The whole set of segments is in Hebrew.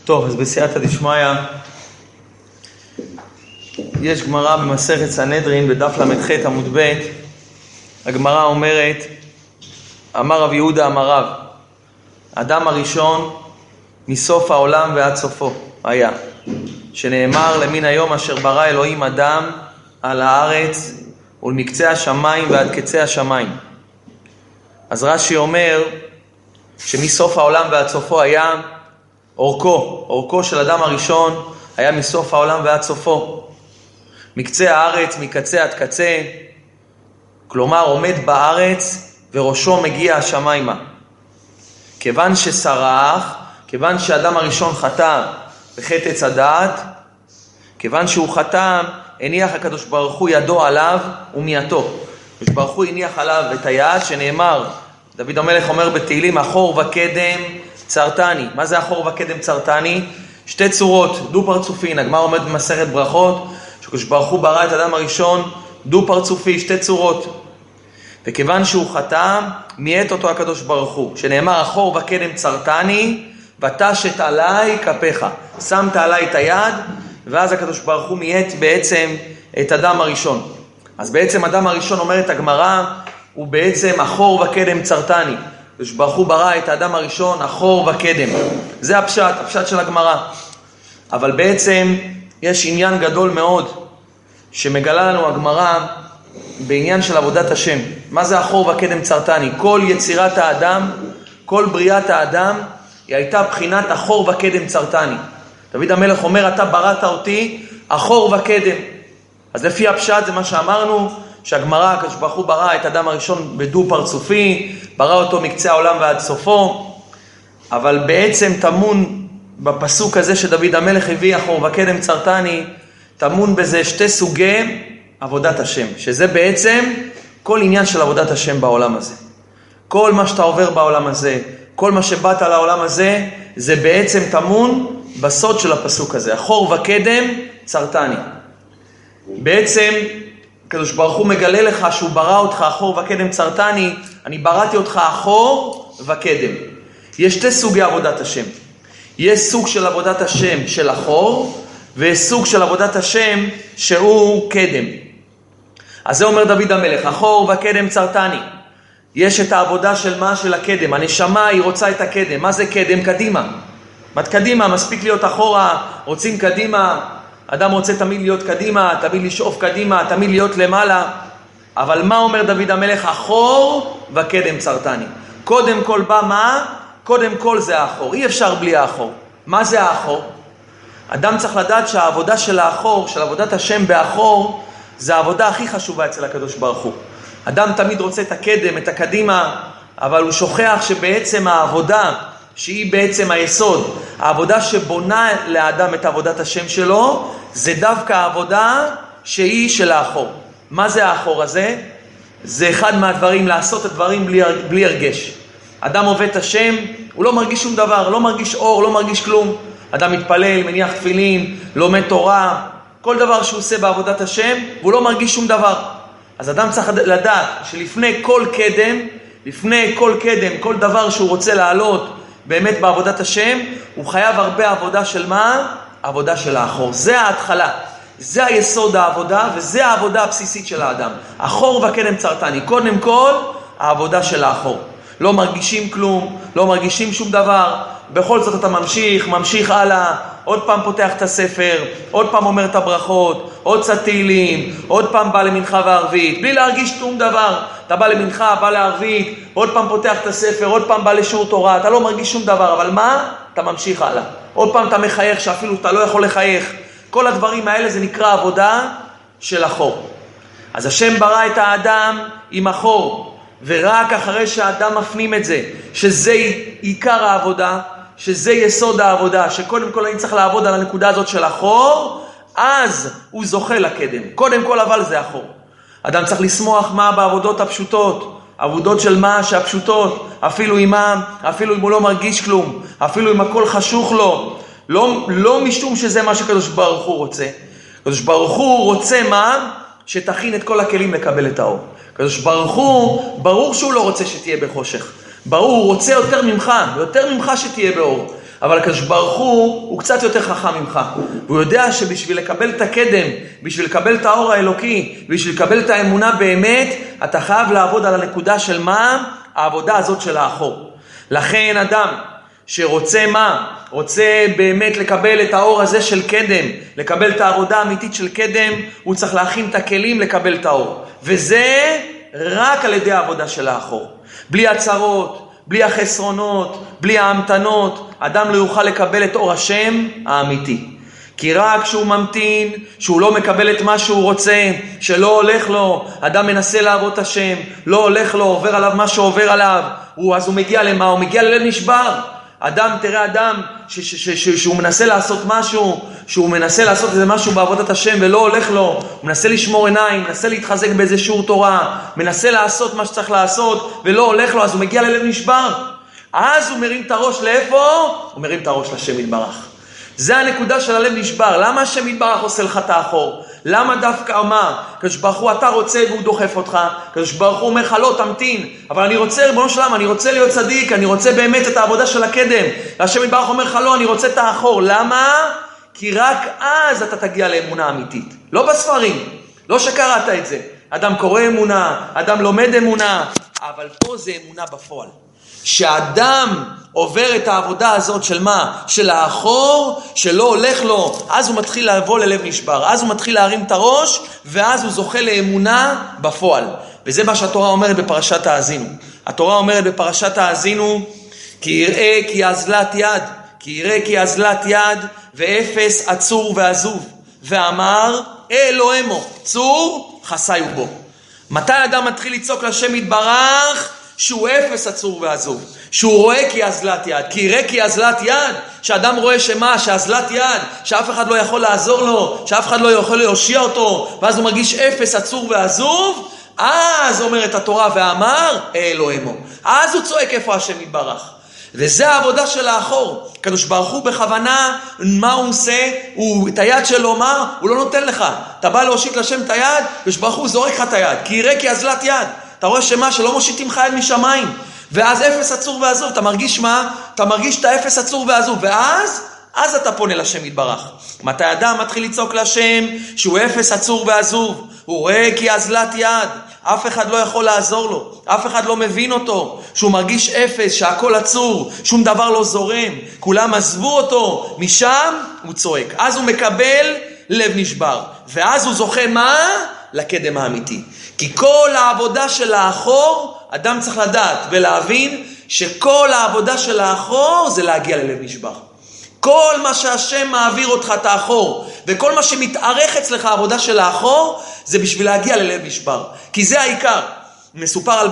טוב, אז בסייעתא דשמיא יש גמרא במסכת סנהדרין בדף ל"ח עמוד ב'. הגמרא אומרת, אמר רב יהודה אמר רב, אדם הראשון מסוף העולם ועד סופו היה, שנאמר למן היום אשר ברא אלוהים אדם על הארץ ולמקצה השמיים ועד קצה השמיים. אז רש"י אומר שמסוף העולם ועד סופו היה אורכו של אדם הראשון היה מסוף העולם ועד סופו, מקצה הארץ מקצה עד קצה, כלומר עומד בארץ וראשו מגיע השמיימה. כיוון שסרח, כיוון שאדם הראשון חטא בחטא עץ הדעת, כיוון שהוא חטא, הניח הקדוש ברוך הוא ידו עליו ומייתו. הקדוש ברוך הוא הניח עליו את היד, שנאמר, דוד המלך אומר בתהילים, אחור וקדם צרתני. מה זה אחור וקדם צרתני? שתי צורות, דו פרצופין. הגמרא אומרת במסכת ברכות, שקדוש ברוך הוא ברא את האדם הראשון דו פרצופי, שתי צורות. וכיוון שהוא חטא, מיית אותו הקדוש ברוך הוא, שנאמר אחור וקדם צרתני ותשת עליי כפיך. שמת עליי את היד, ואז הקדוש ברוך הוא מיית בעצם את אדם הראשון. אז בעצם אדם הראשון, אומרת הגמרא, הוא בעצם אחור וקדם צרתני. הקדוש ברוך הוא ברא את האדם הראשון אחור וקדם. זה הפשט של הגמרא. אבל בעצם יש עניין גדול מאוד שמגלה לנו הגמרא בעניין של עבודת השם. מה זה אחור וקדם צרתני? כל יצירת האדם, כל בריאת האדם, היא הייתה בחינת אחור וקדם צרתני. דוד המלך אומר, אתה בראת אותי אחור וקדם. אז לפי הפשט זה מה שאמרנו, שהגמרא, הקדוש ברוך הוא ברא את האדם הראשון בדו פרצופי, ברא אותו מקצה העולם ועד סופו, אבל בעצם טמון בפסוק הזה שדוד המלך הביא אחור וקדם צרתני, טמון בזה שתי סוגי עבודת השם, שזה בעצם כל עניין של עבודת השם בעולם הזה. כל מה שאתה עובר בעולם הזה, כל מה שבאת לעולם הזה, זה בעצם טמון בסוד של הפסוק הזה, אחור וקדם צרתני. בעצם הקדוש ברוך הוא מגלה לך שהוא ברא אותך אחור וקדם צרתני, אני בראתי אותך אחור וקדם. יש שתי סוגי עבודת השם. יש סוג של עבודת השם של אחור, ויש סוג של עבודת השם שהוא קדם. אז זה אומר דוד המלך, אחור וקדם צרתני. יש את העבודה של מה? של הקדם. הנשמה היא רוצה את הקדם. מה זה קדם? קדימה. קדימה, מספיק להיות אחורה, רוצים קדימה. אדם רוצה תמיד להיות קדימה, תמיד לשאוף קדימה, תמיד להיות למעלה. אבל מה אומר דוד המלך? אחור וקדם צרתני. קודם כל בא מה? קודם כל זה האחור. אי אפשר בלי האחור. מה זה האחור? אדם צריך לדעת שהעבודה של האחור, של עבודת השם באחור, זה העבודה הכי חשובה אצל הקדוש ברוך הוא. אדם תמיד רוצה את הקדם, את הקדימה, אבל הוא שוכח שבעצם העבודה, שהיא בעצם היסוד, העבודה שבונה לאדם את עבודת השם שלו, זה דווקא העבודה שהיא של האחור. מה זה האחור הזה? זה אחד מהדברים, לעשות את הדברים בלי הרגש. אדם עובד את השם, הוא לא מרגיש שום דבר, לא מרגיש אור, לא מרגיש כלום. אדם מתפלל, מניח תפילין, לומד תורה, כל דבר שהוא עושה בעבודת השם, והוא לא מרגיש שום דבר. אז אדם צריך לדעת שלפני כל קדם, כל דבר שהוא רוצה לעלות באמת בעבודת השם, הוא חייב הרבה עבודה של מה? עבודה של האחור. זה ההתחלה, זה היסוד העבודה, וזה העבודה הבסיסית של האדם. אחור וקדם צרתני, קודם כל העבודה של האחור. לא מרגישים כלום, לא מרגישים שום דבר, בכל זאת אתה ממשיך הלאה, עוד פעם פותח את הספר, עוד פעם אומר את הברכות, עוד קצת תהילים, עוד פעם בא למנחה וערבית, בלי להרגיש שום דבר. אתה בא למנחה, בא לערבית, עוד פעם פותח את הספר, עוד פעם בא לשיעור תורה, אתה לא מרגיש שום דבר, אבל מה? אתה ממשיך הלאה. עוד פעם אתה מחייך שאפילו אתה לא יכול לחייך. כל הדברים האלה זה נקרא עבודה של אחור. אז השם ברא את האדם עם אחור, ורק אחרי שהאדם מפנים את זה, שזה עיקר העבודה, שזה יסוד העבודה, שקודם כל אני צריך לעבוד על הנקודה הזאת של אחור, אז הוא זוכה לקדם. קודם כל אבל זה אחור. אדם צריך לשמוח מה בעבודות הפשוטות, עבודות של מה שהפשוטות, אפילו אם הוא לא מרגיש כלום, אפילו אם הכל חשוך לו, לא משום שזה מה שקדוש ברוך הוא רוצה. קדוש ברוך הוא רוצה מה? שתכין את כל הכלים לקבל את האור. קדוש ברוך הוא, ברור שהוא לא רוצה שתהיה בחושך. ברור, הוא רוצה יותר ממך שתהיה באור. אבל הקדוש ברוך הוא קצת יותר חכם ממך. והוא יודע שבשביל לקבל את הקדם, בשביל לקבל את האור האלוקי, בשביל לקבל את האמונה באמת, אתה חייב לעבוד על הנקודה של מה? העבודה הזאת של האחור. לכן אדם שרוצה מה? רוצה באמת לקבל את האור הזה של קדם, לקבל את העבודה האמיתית של קדם, הוא צריך להכין את הכלים לקבל את האור. וזה רק על ידי העבודה של האחור. בלי הצרות, בלי החסרונות, בלי ההמתנות, אדם לא יוכל לקבל את אור השם האמיתי. כי רק כשהוא ממתין, שהוא לא מקבל את מה שהוא רוצה, שלא הולך לו, אדם מנסה לעבוד את השם, לא הולך לו, עובר עליו מה שעובר עליו, אז הוא מגיע למה? הוא מגיע ללב נשבר. אדם, תראה אדם שהוא מנסה לעשות משהו, שהוא מנסה לעשות איזה משהו בעבודת השם ולא הולך לו, הוא מנסה לשמור עיניים, מנסה להתחזק באיזה שיעור תורה, מנסה לעשות מה שצריך לעשות ולא הולך לו, אז הוא מגיע ללב נשבר. אז הוא מרים את הראש לאיפה? הוא מרים את הראש לשם יתברך. זה הנקודה של הלב נשבר. למה השם יתברך עושה לך את האחור? למה דווקא אמר? קדוש ברוך הוא אתה רוצה והוא דוחף אותך. קדוש ברוך הוא אומר לך לא תמתין, אבל אני רוצה, ריבונו של עולם, אני רוצה להיות צדיק, אני רוצה באמת את העבודה של הקדם. והשם יתברך אומר לך לא, אני רוצה את האחור. למה? כי רק אז אתה תגיע לאמונה אמיתית. לא בספרים, לא שקראת את זה. אדם קורא אמונה, אדם לומד אמונה, אבל פה זה אמונה בפועל. שאדם עובר את העבודה הזאת של מה? של האחור, שלא הולך לו, אז הוא מתחיל לבוא ללב נשבר, אז הוא מתחיל להרים את הראש, ואז הוא זוכה לאמונה בפועל. וזה מה שהתורה אומרת בפרשת האזינו. התורה אומרת בפרשת האזינו, כי יראה כי אזלת יד, כי יראה כי אזלת יד, ואפס עצור ועזוב. ואמר, אלוהימו, צור חסיו בו. מתי אדם מתחיל לצעוק לשם יתברך? שהוא אפס עצור ועזוב, שהוא רואה כי אזלת יד, כי יראה כי אזלת יד, שאדם רואה שמה, שאזלת יד, שאף אחד לא יכול לעזור לו, שאף אחד לא יכול להושיע אותו, ואז הוא מרגיש אפס עצור ועזוב, אז אומרת התורה ואמר אלוהימו, אז הוא צועק איפה השם יתברך. וזה העבודה של האחור. קדוש ברוך הוא בכוונה, מה הוא עושה? את היד שלו, מה? הוא לא נותן לך. אתה בא להושיט לשם את היד, קדוש ברוך הוא זורק לך את היד, כי יראה כי אזלת יד. אתה רואה שמה? שלא מושיטים לך יד משמיים. ואז אפס עצור ועזוב. אתה מרגיש מה? אתה מרגיש את האפס עצור ועזוב. ואז אתה פונה לשם יתברך. מתי אדם מתחיל לצעוק לשם שהוא אפס עצור ועזוב? הוא רואה כי אזלת יד. אף אחד לא יכול לעזור לו. אף אחד לא מבין אותו. שהוא מרגיש אפס, שהכל עצור. שום דבר לא זורם. כולם עזבו אותו. משם הוא צועק. אז הוא מקבל לב נשבר. ואז הוא זוכה מה? לקדם האמיתי. כי כל העבודה של האחור, אדם צריך לדעת ולהבין שכל העבודה של האחור זה להגיע ללב נשבר. כל מה שהשם מעביר אותך את האחור, וכל מה שמתארך אצלך העבודה של האחור, זה בשביל להגיע ללב נשבר. כי זה העיקר. מסופר על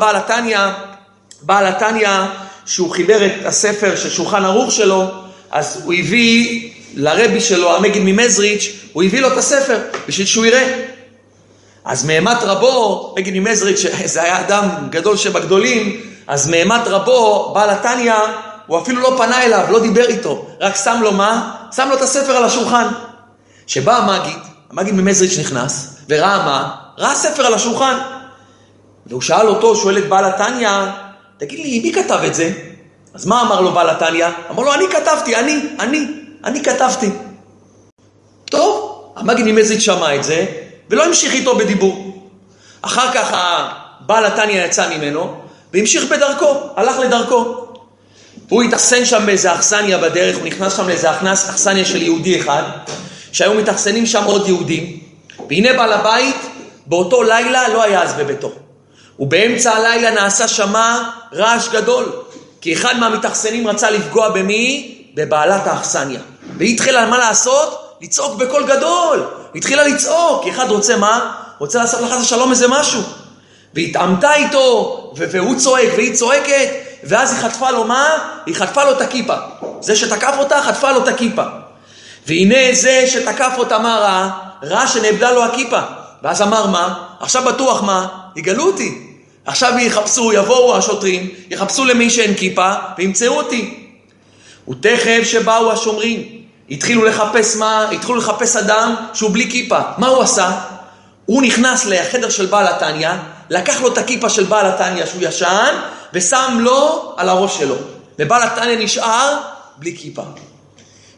בעל התניא, שהוא חיבר את הספר של שולחן ערוך שלו, אז הוא הביא לרבי שלו, המגיד ממזריץ', הוא הביא לו את הספר בשביל שהוא יראה. אז מהמת רבו, מגיד ממזריץ', שזה היה אדם גדול שבגדולים, אז מהמת רבו, בעל התניא, הוא אפילו לא פנה אליו, לא דיבר איתו, רק שם לו מה? שם לו את הספר על השולחן. שבא המגיד ממזריץ' נכנס, וראה מה? ראה ספר על השולחן. והוא שאל אותו, שואל את בעל התניא, תגיד לי, מי כתב את זה? אז מה אמר לו בעל התניא? אמר לו, אני כתבתי, אני כתבתי. טוב, המגיד ממזריץ' שמע את זה, ולא המשיך איתו בדיבור. אחר כך בעל התניא יצא ממנו, והמשיך בדרכו, הלך לדרכו. הוא התאכסן שם באיזה אכסניה בדרך, הוא נכנס שם לאיזה אכסניה של יהודי אחד, שהיו מתאכסנים שם עוד יהודים, והנה בעל הבית, באותו לילה לא היה אז בביתו. ובאמצע הלילה נעשה שמה רעש גדול, כי אחד מהמתאכסנים רצה לפגוע במי? בבעלת האכסניה. והיא התחילה מה לעשות? לצעוק בקול גדול. היא התחילה לצעוק, כי אחד רוצה מה? רוצה לעשות לך שלום איזה משהו. והתעמתה איתו, והוא צועק והיא צועקת, ואז היא חטפה לו מה? היא חטפה לו את הכיפה. זה שתקף אותה, חטפה לו את הכיפה. והנה זה שתקף אותה מה רע שנאבדה לו הכיפה. ואז אמר מה? עכשיו בטוח מה? יגלו אותי. עכשיו יחפשו, יבואו השוטרים, יחפשו למי שאין כיפה, וימצאו אותי. ותכף שבאו השומרים, התחילו לחפש מה? התחילו לחפש אדם שהוא בלי כיפה. מה הוא עשה? הוא נכנס לחדר של בעל התניא, לקח לו את הכיפה של בעל התניא שהוא ישן, ושם לו על הראש שלו. ובעל התניא נשאר בלי כיפה.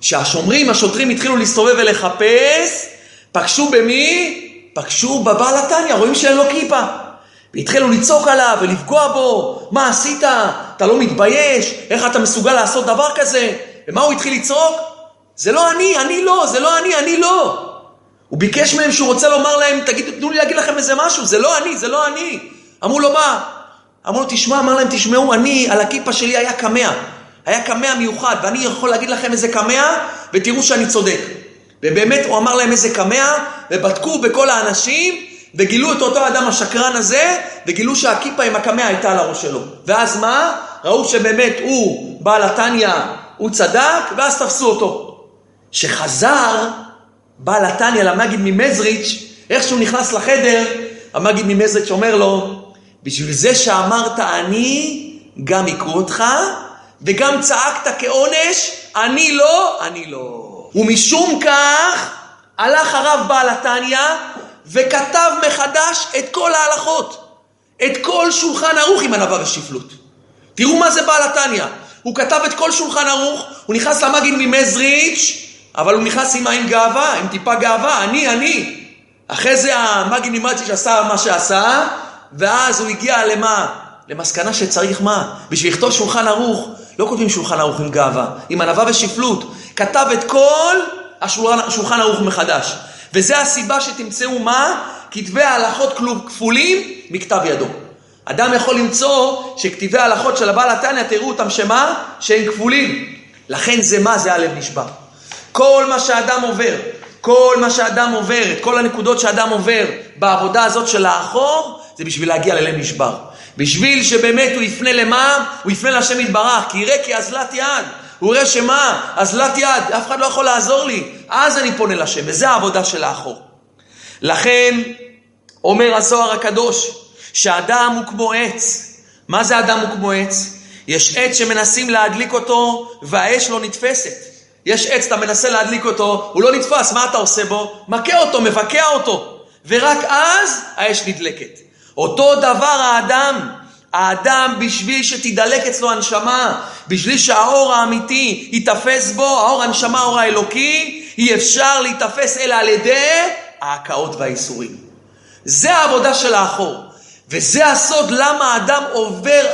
השוטרים התחילו להסתובב ולחפש, פגשו במי? פגשו בבעל התניא, רואים שאין לו כיפה. והתחילו לצעוק עליו ולפגוע בו, מה עשית? אתה לא מתבייש? איך אתה מסוגל לעשות דבר כזה? ומה הוא התחיל לצעוק? זה לא אני לא, זה לא אני לא. הוא ביקש מהם שהוא רוצה לומר להם, תנו לי להגיד לכם איזה משהו, זה לא אני. אמרו לו מה? אמרו לו תשמע, אמר להם תשמעו, אני על הכיפה שלי היה קמע מיוחד, ואני יכול להגיד לכם איזה קמע, ותראו שאני צודק. ובאמת הוא אמר להם איזה קמע, ובדקו בכל האנשים, וגילו את אותו אדם השקרן הזה, וגילו שהכיפה עם הקמע הייתה על הראש שלו. ואז מה? ראו שבאמת הוא, בעל התניא, הוא צדק, ואז תפסו אותו. שחזר בעל התניא למגיד ממזריץ', איך שהוא נכנס לחדר, המגיד ממזריץ' אומר לו, בשביל זה שאמרת אני, גם יקרו אותך, וגם צעקת כעונש, אני לא. ומשום כך, הלך הרב בעל התניא, וכתב מחדש את כל ההלכות, את כל שולחן ערוך עם ענווה ושפלות. תראו מה זה בעל התניא. הוא כתב את כל שולחן ערוך, הוא נכנס למגיד ממזריץ', אבל הוא נכנס עם גאווה, עם טיפה גאווה, אני. אחרי זה המגיד ממזריץ' עשה מה שעשה, ואז הוא הגיע למה? למסקנה שצריך מה? בשביל לכתוב שולחן ערוך, לא כותבים שולחן ערוך עם גאווה, עם ענווה ושפלות. כתב את כל השולחן ערוך מחדש. וזה הסיבה שתמצאו מה? כתבי ההלכות כפולים מכתב ידו. אדם יכול למצוא שכתבי ההלכות של הבעל התניא, תראו אותם שמה? שהם כפולים. לכן זה מה? זה הלב נשבר. כל מה שאדם עובר, את כל הנקודות שאדם עובר בעבודה הזאת של האחור, זה בשביל להגיע ללב נשבר. בשביל שבאמת הוא יפנה למה? הוא יפנה להשם יתברך, כי יראה כי אזלת יד. הוא יראה שמה? אזלת יד, אף אחד לא יכול לעזור לי. אז אני פונה להשם, וזה העבודה של האחור. לכן, אומר הזוהר הקדוש, שהאדם הוא כמו עץ. מה זה אדם הוא כמו עץ? יש עץ שמנסים להדליק אותו, והאש לא נתפסת. יש עץ, אתה מנסה להדליק אותו, הוא לא נתפס, מה אתה עושה בו? מכה אותו, מבקע אותו. ורק אז האש נדלקת. אותו דבר האדם בשביל שתדלק אצלו הנשמה, בשביל שהאור האמיתי יתפס בו, האור הנשמה, האור האלוקי, אי אפשר להתפס אלא על ידי ההקאות והאיסורים. זה העבודה של האחור. וזה הסוד למה האדם עובר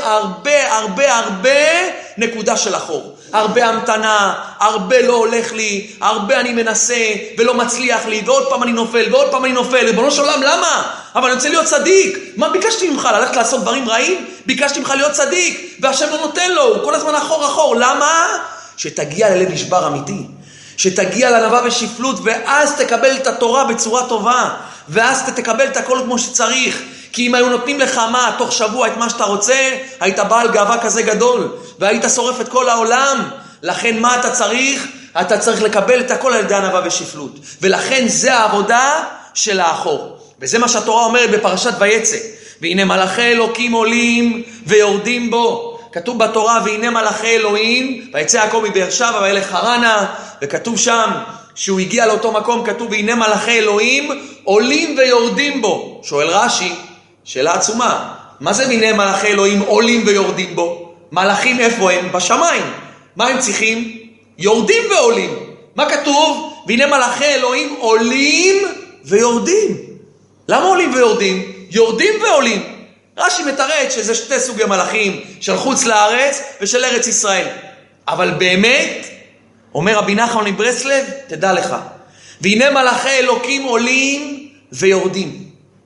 הרבה נקודה של אחור. הרבה המתנה, הרבה לא הולך לי, הרבה אני מנסה ולא מצליח לי, ועוד פעם אני נופל, ריבונו של עולם, למה? אבל אני רוצה להיות צדיק. מה ביקשתי ממך? ללכת לעשות דברים רעים? ביקשתי ממך להיות צדיק, והשם לא נותן לו, הוא כל הזמן אחור. למה? שתגיע ללב נשבר אמיתי, שתגיע לענווה ושפלות, ואז תקבל את התורה בצורה טובה, ואז תקבל את הכל כמו שצריך. כי אם היו נותנים לך מה, תוך שבוע את מה שאתה רוצה, היית בעל גאווה כזה גדול, והיית שורף את כל העולם. לכן מה אתה צריך? אתה צריך לקבל את הכל על ידי ענווה ושפלות. ולכן זה העבודה של האחור. וזה מה שהתורה אומרת בפרשת ויצא. והנה מלאכי אלוקים עולים ויורדים בו. כתוב בתורה, והנה מלאכי אלוהים, ויצא יעקב מבאר שבע וילך חרנה, וכתוב שם שהוא הגיע לאותו מקום, כתוב, והנה מלאכי אלוהים עולים ויורדים בו. שואל רש"י, שאלה עצומה, מה זה והנה מלאכי אלוהים עולים ויורדים בו? מלאכים איפה הם? בשמיים. מה הם צריכים? יורדים ועולים. מה כתוב? והנה מלאכי אלוהים עולים ויורדים. למה עולים ויורדים? יורדים ועולים. רש"י מתרץ שזה שתי סוגי מלאכים, של חוץ לארץ ושל ארץ ישראל. אבל באמת, אומר רבי נחמן מברסלב, תדע לך, והנה מלאכי אלוקים עולים ויורדים.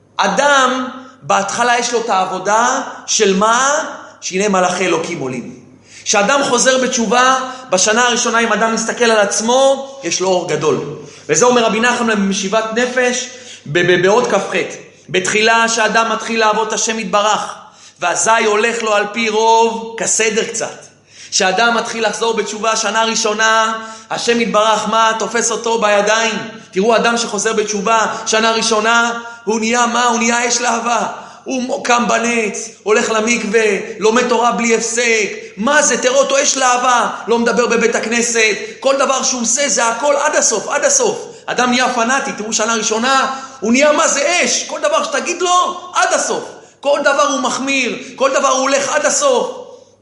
אדם, בהתחלה יש לו את העבודה של מה? שהנה מלאכי אלוקים עולים. כשאדם חוזר בתשובה, בשנה הראשונה אם אדם מסתכל על עצמו, יש לו אור גדול. וזה אומר רבי נחמן במשיבת נפש, בעוד כ"ח. בתחילה שאדם מתחיל לעבוד השם יתברך, ואזי הולך לו על פי רוב כסדר קצת. שאדם מתחיל לחזור בתשובה שנה ראשונה, השם יתברך מה? תופס אותו בידיים. תראו אדם שחוזר בתשובה שנה ראשונה, הוא נהיה מה? הוא נהיה אש להבה. הוא קם בנץ, הולך למקווה, לומד תורה בלי הפסק. מה זה? תראו אותו אש להבה, לא מדבר בבית הכנסת. כל דבר שהוא עושה זה הכל עד הסוף. אדם נהיה פנאטי, תראו שנה ראשונה, הוא נהיה מה זה אש. כל דבר שתגיד לו, עד הסוף. כל דבר הוא מחמיר, כל דבר הוא הולך עד הסוף.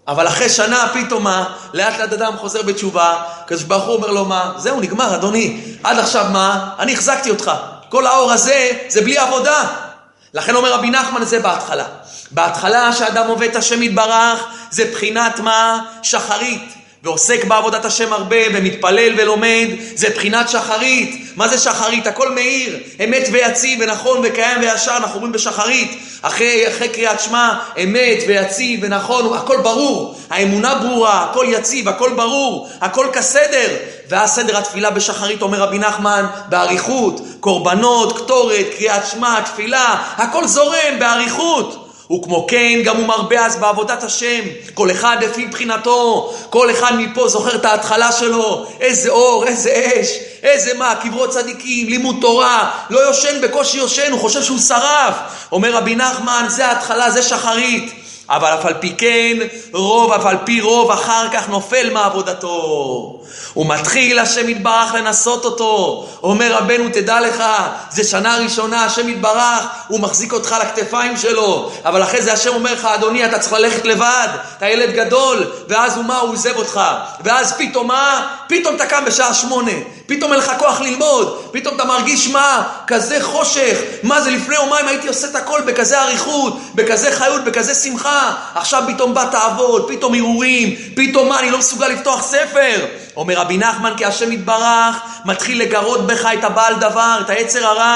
אבל אחרי שנה פתאום לאט לאט אדם חוזר בתשובה, הקדוש ברוך הוא אומר לו מה? זהו, נגמר אדוני, עד עכשיו מה? אני החזקתי אותך, כל האור הזה זה בלי עבודה. לכן אומר רבי נחמן זה בהתחלה. בהתחלה שאדם עובד את השם יתברך זה בחינת מה? שחרית. ועוסק בעבודת השם הרבה ומתפלל ולומד, זה בחינת שחרית. מה זה שחרית? הכל מאיר, אמת ויציב ונכון וקיים וישר, אנחנו אומרים בשחרית. אחרי קריאת שמע, אמת ויציב ונכון, הכל ברור, האמונה ברורה, הכל יציב, הכל ברור, הכל כסדר. והסדר התפילה בשחרית, אומר רבי נחמן, בעריכות, קורבנות, קטורת, קריאת שמע, תפילה, הכל זורם בעריכות. וכמו כן גם הוא מרבה אז בעבודת השם, כל אחד לפי בחינתו, כל אחד מפה זוכר את ההתחלה שלו, איזה אור, איזה אש, איזה מה, קברות צדיקים, לימוד תורה, לא יושן, בקושי יושן, הוא חושב שהוא שרף. אומר רבי נחמן, זה ההתחלה, זה שחרית. אבל אף על פי כן, אף על פי רוב אחר כך נופל מעבודתו. הוא מתחיל השם יתברך לנסות אותו. אומר רבנו, תדע לך, זה שנה ראשונה, השם יתברך, הוא מחזיק אותך לכתפיים שלו. אבל אחרי זה השם אומר לך, אדוני, אתה צריך ללכת לבד, אתה ילד גדול, ואז הוא מה? הוא עוזב אותך. ואז פתאום מה? פתאום אתה קם בשעה 8. פתאום אין לך כוח ללמוד, פתאום אתה מרגיש מה? כזה חושך. מה זה? לפני יומיים הייתי עושה את הכל בכזה עריכות, בכזה חיות, בכזה שמחה. עכשיו פתאום בא תעבוד, פתאום ערעורים, פתאום מה? אני לא מסוגל לפתוח ספר. אומר רבי נחמן, כי השם יתברך מתחיל לגרות בך את הבעל דבר, את היצר הרע.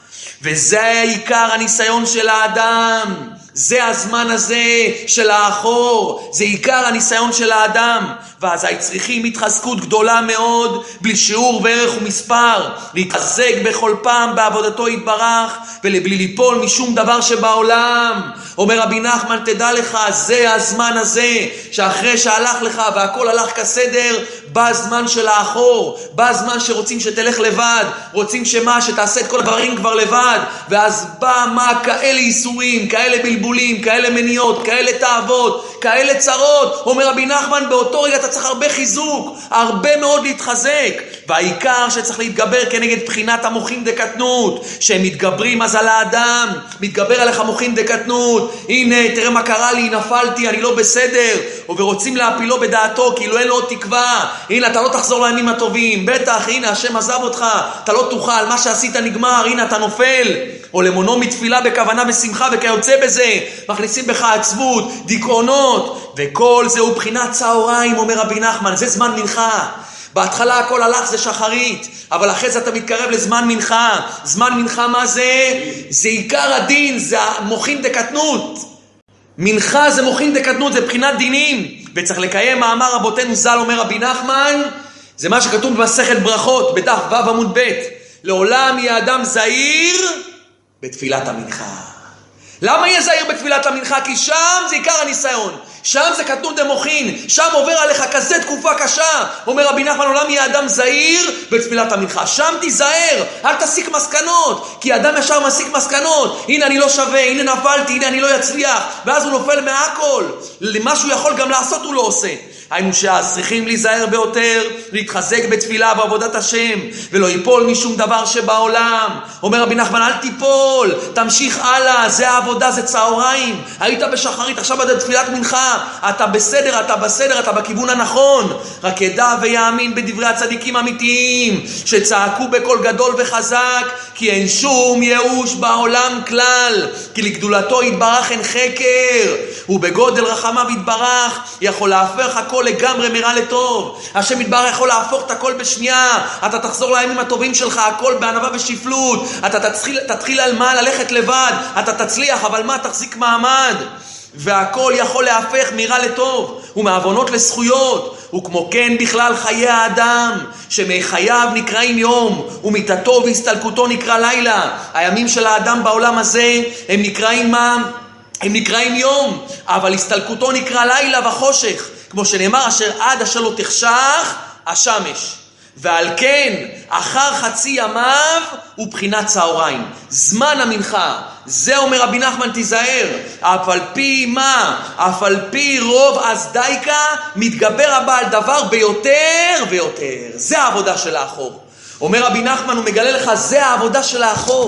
וזה עיקר הניסיון של האדם. זה הזמן הזה של האחור, זה עיקר הניסיון של האדם. ואז צריכים התחזקות גדולה מאוד, בלי שיעור וערך ומספר, להתחזק בכל פעם בעבודתו יתברך, ובלי ליפול משום דבר שבעולם. אומר רבי נחמן, תדע לך, זה הזמן הזה, שאחרי שהלך לך והכל הלך כסדר, בא הזמן של האחור, בא הזמן שרוצים שתלך לבד, רוצים שתעשה את כל הדברים כבר לבד, ואז בא מה? כאלה איסורים, כאלה בלבולים, כאלה מניות, כאלה תאוות, כאלה צרות. אומר רבי נחמן, באותו רגע אתה צריך הרבה חיזוק, הרבה מאוד להתחזק. והעיקר שצריך להתגבר כנגד בחינת המוחין דקטנות, שהם מתגברים אז על האדם, מתגבר עליך מוחין דקטנות. הנה, תראה מה קרה לי, נפלתי, אני לא בסדר, ורוצים להפילו בדעתו, כאילו אין לו עוד תקווה. הנה, אתה לא תחזור לימים הטובים, בטח, הנה, השם עזב אותך, אתה לא תוכל, מה שעשית נגמר, הנה, אתה נופל. או למונו מתפילה בכוונה ושמחה וכיוצא בזה, מכניסים בך עצבות, דיכאונות, וכל זה הוא בחינת צהריים. אומר רבי נחמן, זה זמן מנחה. בהתחלה הכל הלך, זה שחרית, אבל אחרי זה אתה מתקרב לזמן מנחה. זמן מנחה מה זה? זה עיקר הדין, זה מוחין דקטנות. מנחה זה מוחין דקטנות, זה בחינת דינים, וצריך לקיים מאמר רבותינו ז"ל. אומר רבי נחמן, זה מה שכתוב במסכת ברכות בדף ו' עמוד ב', לעולם יהיה אדם זהיר בתפילת המנחה. למה יהיה זהיר בתפילת המנחה? כי שם זה עיקר הניסיון, שם זה קטנות דמוחין, שם עובר עליך כזה תקופה קשה. אומר רבי נחמן, עולם יהיה אדם זהיר בתפילת המנחה, שם תיזהר, אל תסיק מסקנות, כי אדם ישר מסיק מסקנות, הנה אני לא שווה, הנה נפלתי, הנה אני לא יצליח, ואז הוא נופל מהכל, למה שהוא יכול גם לעשות הוא לא עושה. היינו צריכים להיזהר ביותר, להתחזק בתפילה בעבודת השם, ולא ייפול משום דבר שבעולם. אומר רבי נחמן, אל תיפול, תמשיך הלאה, זה העבודה, זה צהריים. היית בשחרית, עכשיו בתפילת מנחה, אתה בסדר, אתה בכיוון הנכון. רק ידע ויאמין בדברי הצדיקים האמיתיים, שצעקו בקול גדול וחזק, כי אין שום ייאוש בעולם כלל, כי לגדולתו יתברך אין חקר, ובגודל רחמיו יתברך יכול להפך הכל לגמרי מרע לטוב. השם יתברך יכול להפוך את הכל בשנייה. אתה תחזור לימים הטובים שלך, הכל בענווה ושפלות. אתה תתחיל על מה? ללכת לבד, אתה תצליח, אבל מה? תחזיק מעמד. והכל יכול להפך מרע לטוב ומעוונות לזכויות. וכמו כן בכלל חיי האדם, שמחייו נקראים יום, ומיתתו והסתלקותו נקרא לילה. הימים של האדם בעולם הזה הם נקראים מה? הם נקראים יום, אבל הסתלקותו נקרא לילה וחושך, כמו שנאמר, עד אשר לא תחשך השמש. ועל כן אחר חצי ימיו הוא בחינת צהריים, זמן המנחה. זה אומר רבי נחמן, תיזהר, אף על פי מה? אף על פי רוב אז דייקה מתגבר הבעל דבר ביותר ויותר. זה העבודה של האחור. אומר רבי נחמן, הוא מגלה לך, זה העבודה של האחור.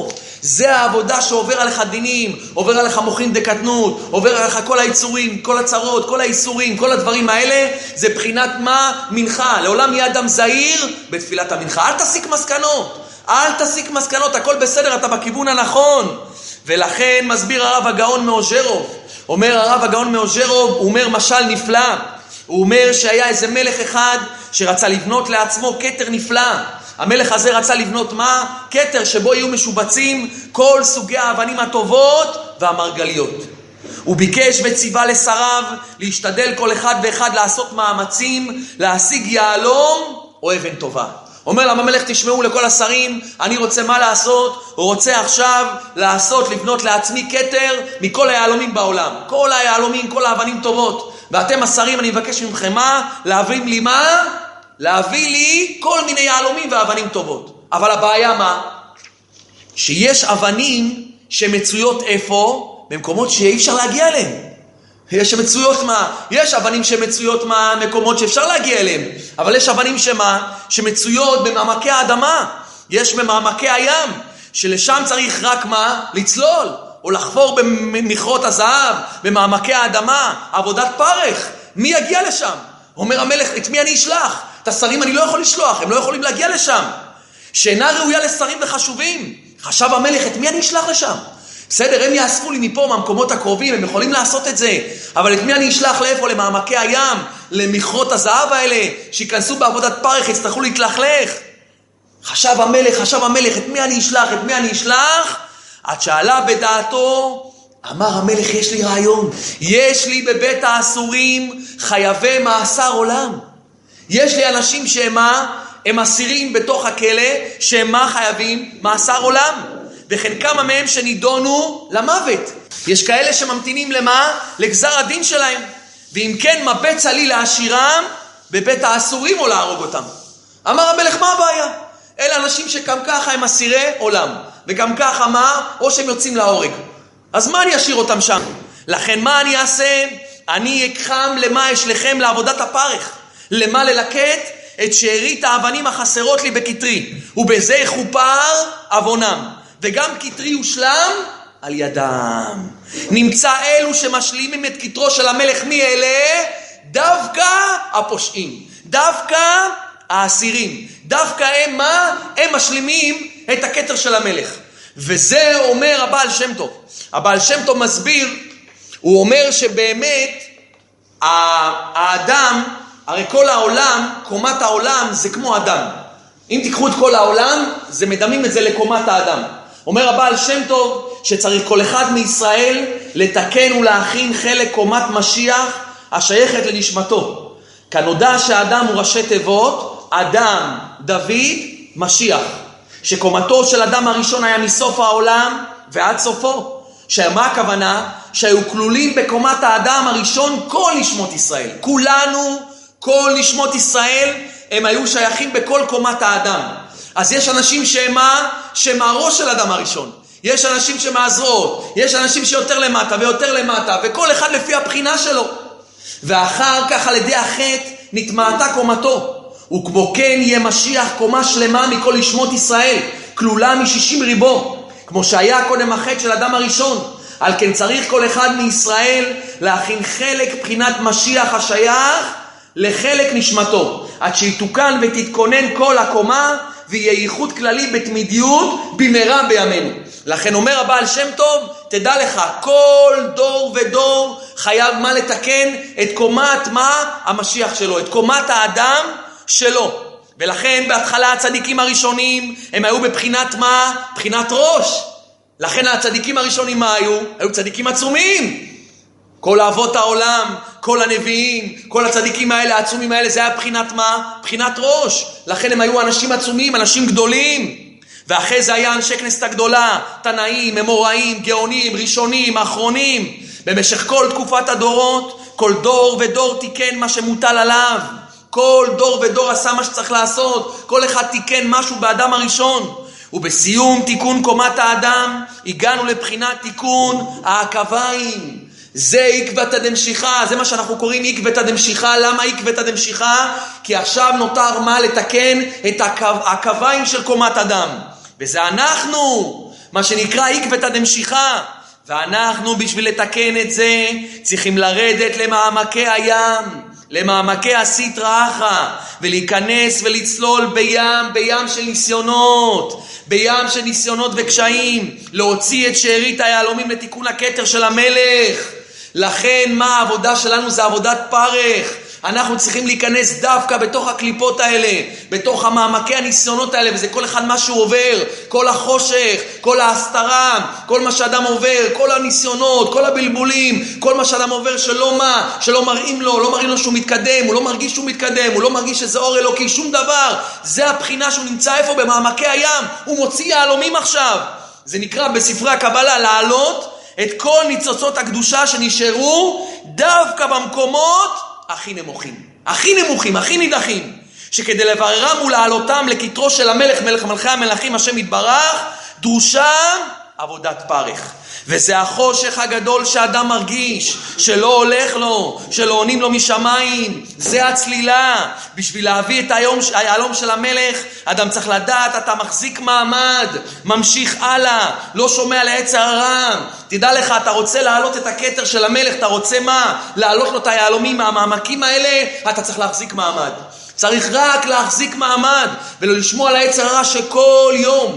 זה העבודה שעובר עליך דינים, עובר עליך מוחין דקטנות, עובר עליך כל היצורים, כל הצרות, כל האיסורים, כל הדברים האלה, זה בחינת מה? מנחה. לעולם יהיה אדם זהיר בתפילת המנחה. אל תסיק מסקנות, אל תסיק מסקנות, הכל בסדר, אתה בכיוון הנכון. ולכן מסביר הרב הגאון מאוז'רוב, אומר הרב הגאון מאוז'רוב, הוא אומר משל נפלא. הוא אומר שהיה איזה מלך אחד שרצה לבנות לעצמו כתר נפלא. המלך הזה רצה לבנות מה? כתר שבו יהיו משובצים כל סוגי האבנים הטובות והמרגליות. הוא ביקש וציווה לשריו להשתדל כל אחד ואחד לעשות מאמצים להשיג יהלום או אבן טובה. אומר להם המלך, תשמעו לכל השרים, אני רוצה מה לעשות? הוא רוצה עכשיו לבנות לעצמי כתר מכל היהלומים בעולם. כל היהלומים, כל האבנים טובות. ואתם השרים, אני מבקש מכם מה? להביא לי מה? להביא לי כל מיני יהלומים ואבנים טובות. אבל הבעיה מה? שיש אבנים שמצויות איפה? במקומות שאי אפשר להגיע אליהם. יש מצויות מה? יש אבנים שמצויות מה? מקומות שאפשר להגיע אליהם. אבל יש אבנים שמצויות במעמקי האדמה. יש במעמקי הים, שלשם צריך רק מה? לצלול. או לחפור במכרות הזהב, במעמקי האדמה, עבודת פרך. מי יגיע לשם? אומר המלך, את מי אני אשלח? את השרים אני לא יכול לשלוח, הם לא יכולים להגיע לשם. שאינה ראויה לשרים וחשובים. חשב המלך, את מי אני אשלח לשם? בסדר, הם יאספו לי מפה מהמקומות הקרובים, הם יכולים לעשות את זה. אבל את מי אני אשלח לאיפה? למעמקי הים, למכרות הזהב האלה, שיכנסו בעבודת פרך, יצטרכו להתלכלך. חשב המלך, את מי אני אשלח? עד שעלה בדעתו, אמר המלך, יש לי רעיון. יש לי בבית האסורים חייבי מאסר עולם. יש לי אנשים הם אסירים בתוך הכלא, שהם חייבים מאסר עולם. וכן כמה מהם שנידונו למוות. יש כאלה שממתינים למה? לגזר הדין שלהם. ואם כן, מבצע לי להשאירם בבית האסורים או להרוג אותם. אמר המלך, מה הבעיה? אלה אנשים שגם ככה הם אסירי עולם. וגם ככה מה? או שהם יוצאים להורג. אז מה אני אשאיר אותם שם? לכן מה אני אעשה? אני אקחם למה אשלכם לעבודת הפרך. למה ללקט? את שארית האבנים החסרות לי בכתרי. ובזה יכופר עוונם. וגם כתרי יושלם על ידם. נמצא אלו שמשלימים את כתרו של המלך, מי אלה? דווקא הפושעים. דווקא האסירים. דווקא הם מה? הם משלימים את הכתר של המלך. וזה אומר הבעל שם טוב. הבעל שם טוב מסביר, הוא אומר שבאמת האדם, הרי כל העולם, קומת העולם זה כמו אדם. אם תיקחו את כל העולם, זה מדמים את זה לקומת האדם. אומר הבעל שם טוב שצריך כל אחד מישראל לתקן ולהכין חלק קומת משיח השייכת לנשמתו. כנודע שהאדם הוא ראשי תיבות, אדם, דוד, משיח. שקומתו של אדם הראשון היה מסוף העולם ועד סופו. שמה הכוונה? שהיו כלולים בקומת האדם הראשון כל נשמות ישראל. כולנו, כל נשמות ישראל, הם היו שייכים בכל קומת האדם. אז יש אנשים שהם הראש של אדם הראשון. יש אנשים שמעזרות, יש אנשים שיותר למטה ויותר למטה, וכל אחד לפי הבחינה שלו. ואחר כך על ידי החטא נתמעטה קומתו. וכמו כן יהיה משיח קומה שלמה מכל נשמות ישראל, כלולה מ60 ריבו, כמו שהיה קודם החטא של אדם הראשון. על כן צריך כל אחד מישראל להכין חלק בחינת משיח השייך לחלק נשמתו, עד שיתוקן ותתכונן כל הקומה, ויהיה ייחוד כללי בתמידיות במהרה בימינו. לכן אומר הבעל שם טוב, תדע לך, כל דור ודור חייב מה לתקן? את קומת מה? המשיח שלו, את קומת האדם שלו. ולכן בהתחלה הצדיקים הראשונים הם היו בבחינת מה? בחינת ראש. לכן הצדיקים הראשונים מה היו? היו צדיקים עצומים. כל אבות העולם, כל הנביאים, כל הצדיקים האלה, העצומים האלה, זה היה בחינת מה? בחינת ראש. לכן הם היו אנשים עצומים, אנשים גדולים. ואחרי זה היה אנשי כנסת הגדולה, תנאים, אמוראים, גאונים, ראשונים, אחרונים. במשך כל תקופת הדורות, כל דור ודור תיקן מה שמוטל עליו. כל דור ודור עשה מה שצריך לעשות. כל אחד תיקן משהו באדם הראשון. ובסיום תיקון קומת האדם, הגענו לבחינת תיקון העקביים. זה עקבתא דמשיחא, זה מה שאנחנו קוראים עקבתא דמשיחא. למה עקבתא דמשיחא? כי עכשיו נותר מה? לתקן את העקביים של קומת אדם. וזה אנחנו. מה שנקרא עקבתא דמשיחא. ואנחנו בשביל לתקן את זה צריכים לרדת למעמקי הים, למעמקי הסטרא אחרא, ולהיכנס ולצלול בים של ניסיונות, בים של ניסיונות וקשיים, להוציא את שארית היהלומים לתיקון הכתר של המלך. לכן מה העבודה שלנו? זה עבודת פרך. אנחנו צריכים להיכנס דווקא בתוך הקליפות האלה, בתוך המעמקי הניסיונות האלה, וזה כל אחד מה שהוא עובר, כל החושך, כל ההסתרה, כל מה שאדם עובר, כל הניסיונות, כל הבלבולים, כל מה שאדם עובר שלא מראים לו, לא מראים לו שהוא מתקדם, הוא לא מרגיש שהוא מתקדם, הוא לא מרגיש שזה אור אלוקי, שום דבר. זה הבחינה שהוא נמצא איפה? במעמקי הים. הוא מוציא יהלומים עכשיו. זה נקרא בספרי הקבלה לעלות את כל ניצוצות הקדושה שנשארו דווקא במקומות הכי נמוכים, הכי נמוכים, הכי נידחים, שכדי לבררם ולהעלותם לכתרו של המלך, מלך מלכי המלכים, השם יתברך, דרושה עבודת פרך. וזה החושך הגדול שאדם מרגיש, שלא הולך לו, שלא עונים לו משמיים. זה הצלילה. בשביל להביא את היהלום של המלך, אדם צריך לדעת, אתה מחזיק מעמד, ממשיך הלאה, לא שומע לעצר הרע. תדע לך, אתה רוצה להעלות את הכתר של המלך, אתה רוצה מה? להעלות לו את היהלומים מהמעמקים האלה, אתה צריך להחזיק מעמד. צריך רק להחזיק מעמד, ולא לשמוע על העצר הרע שכל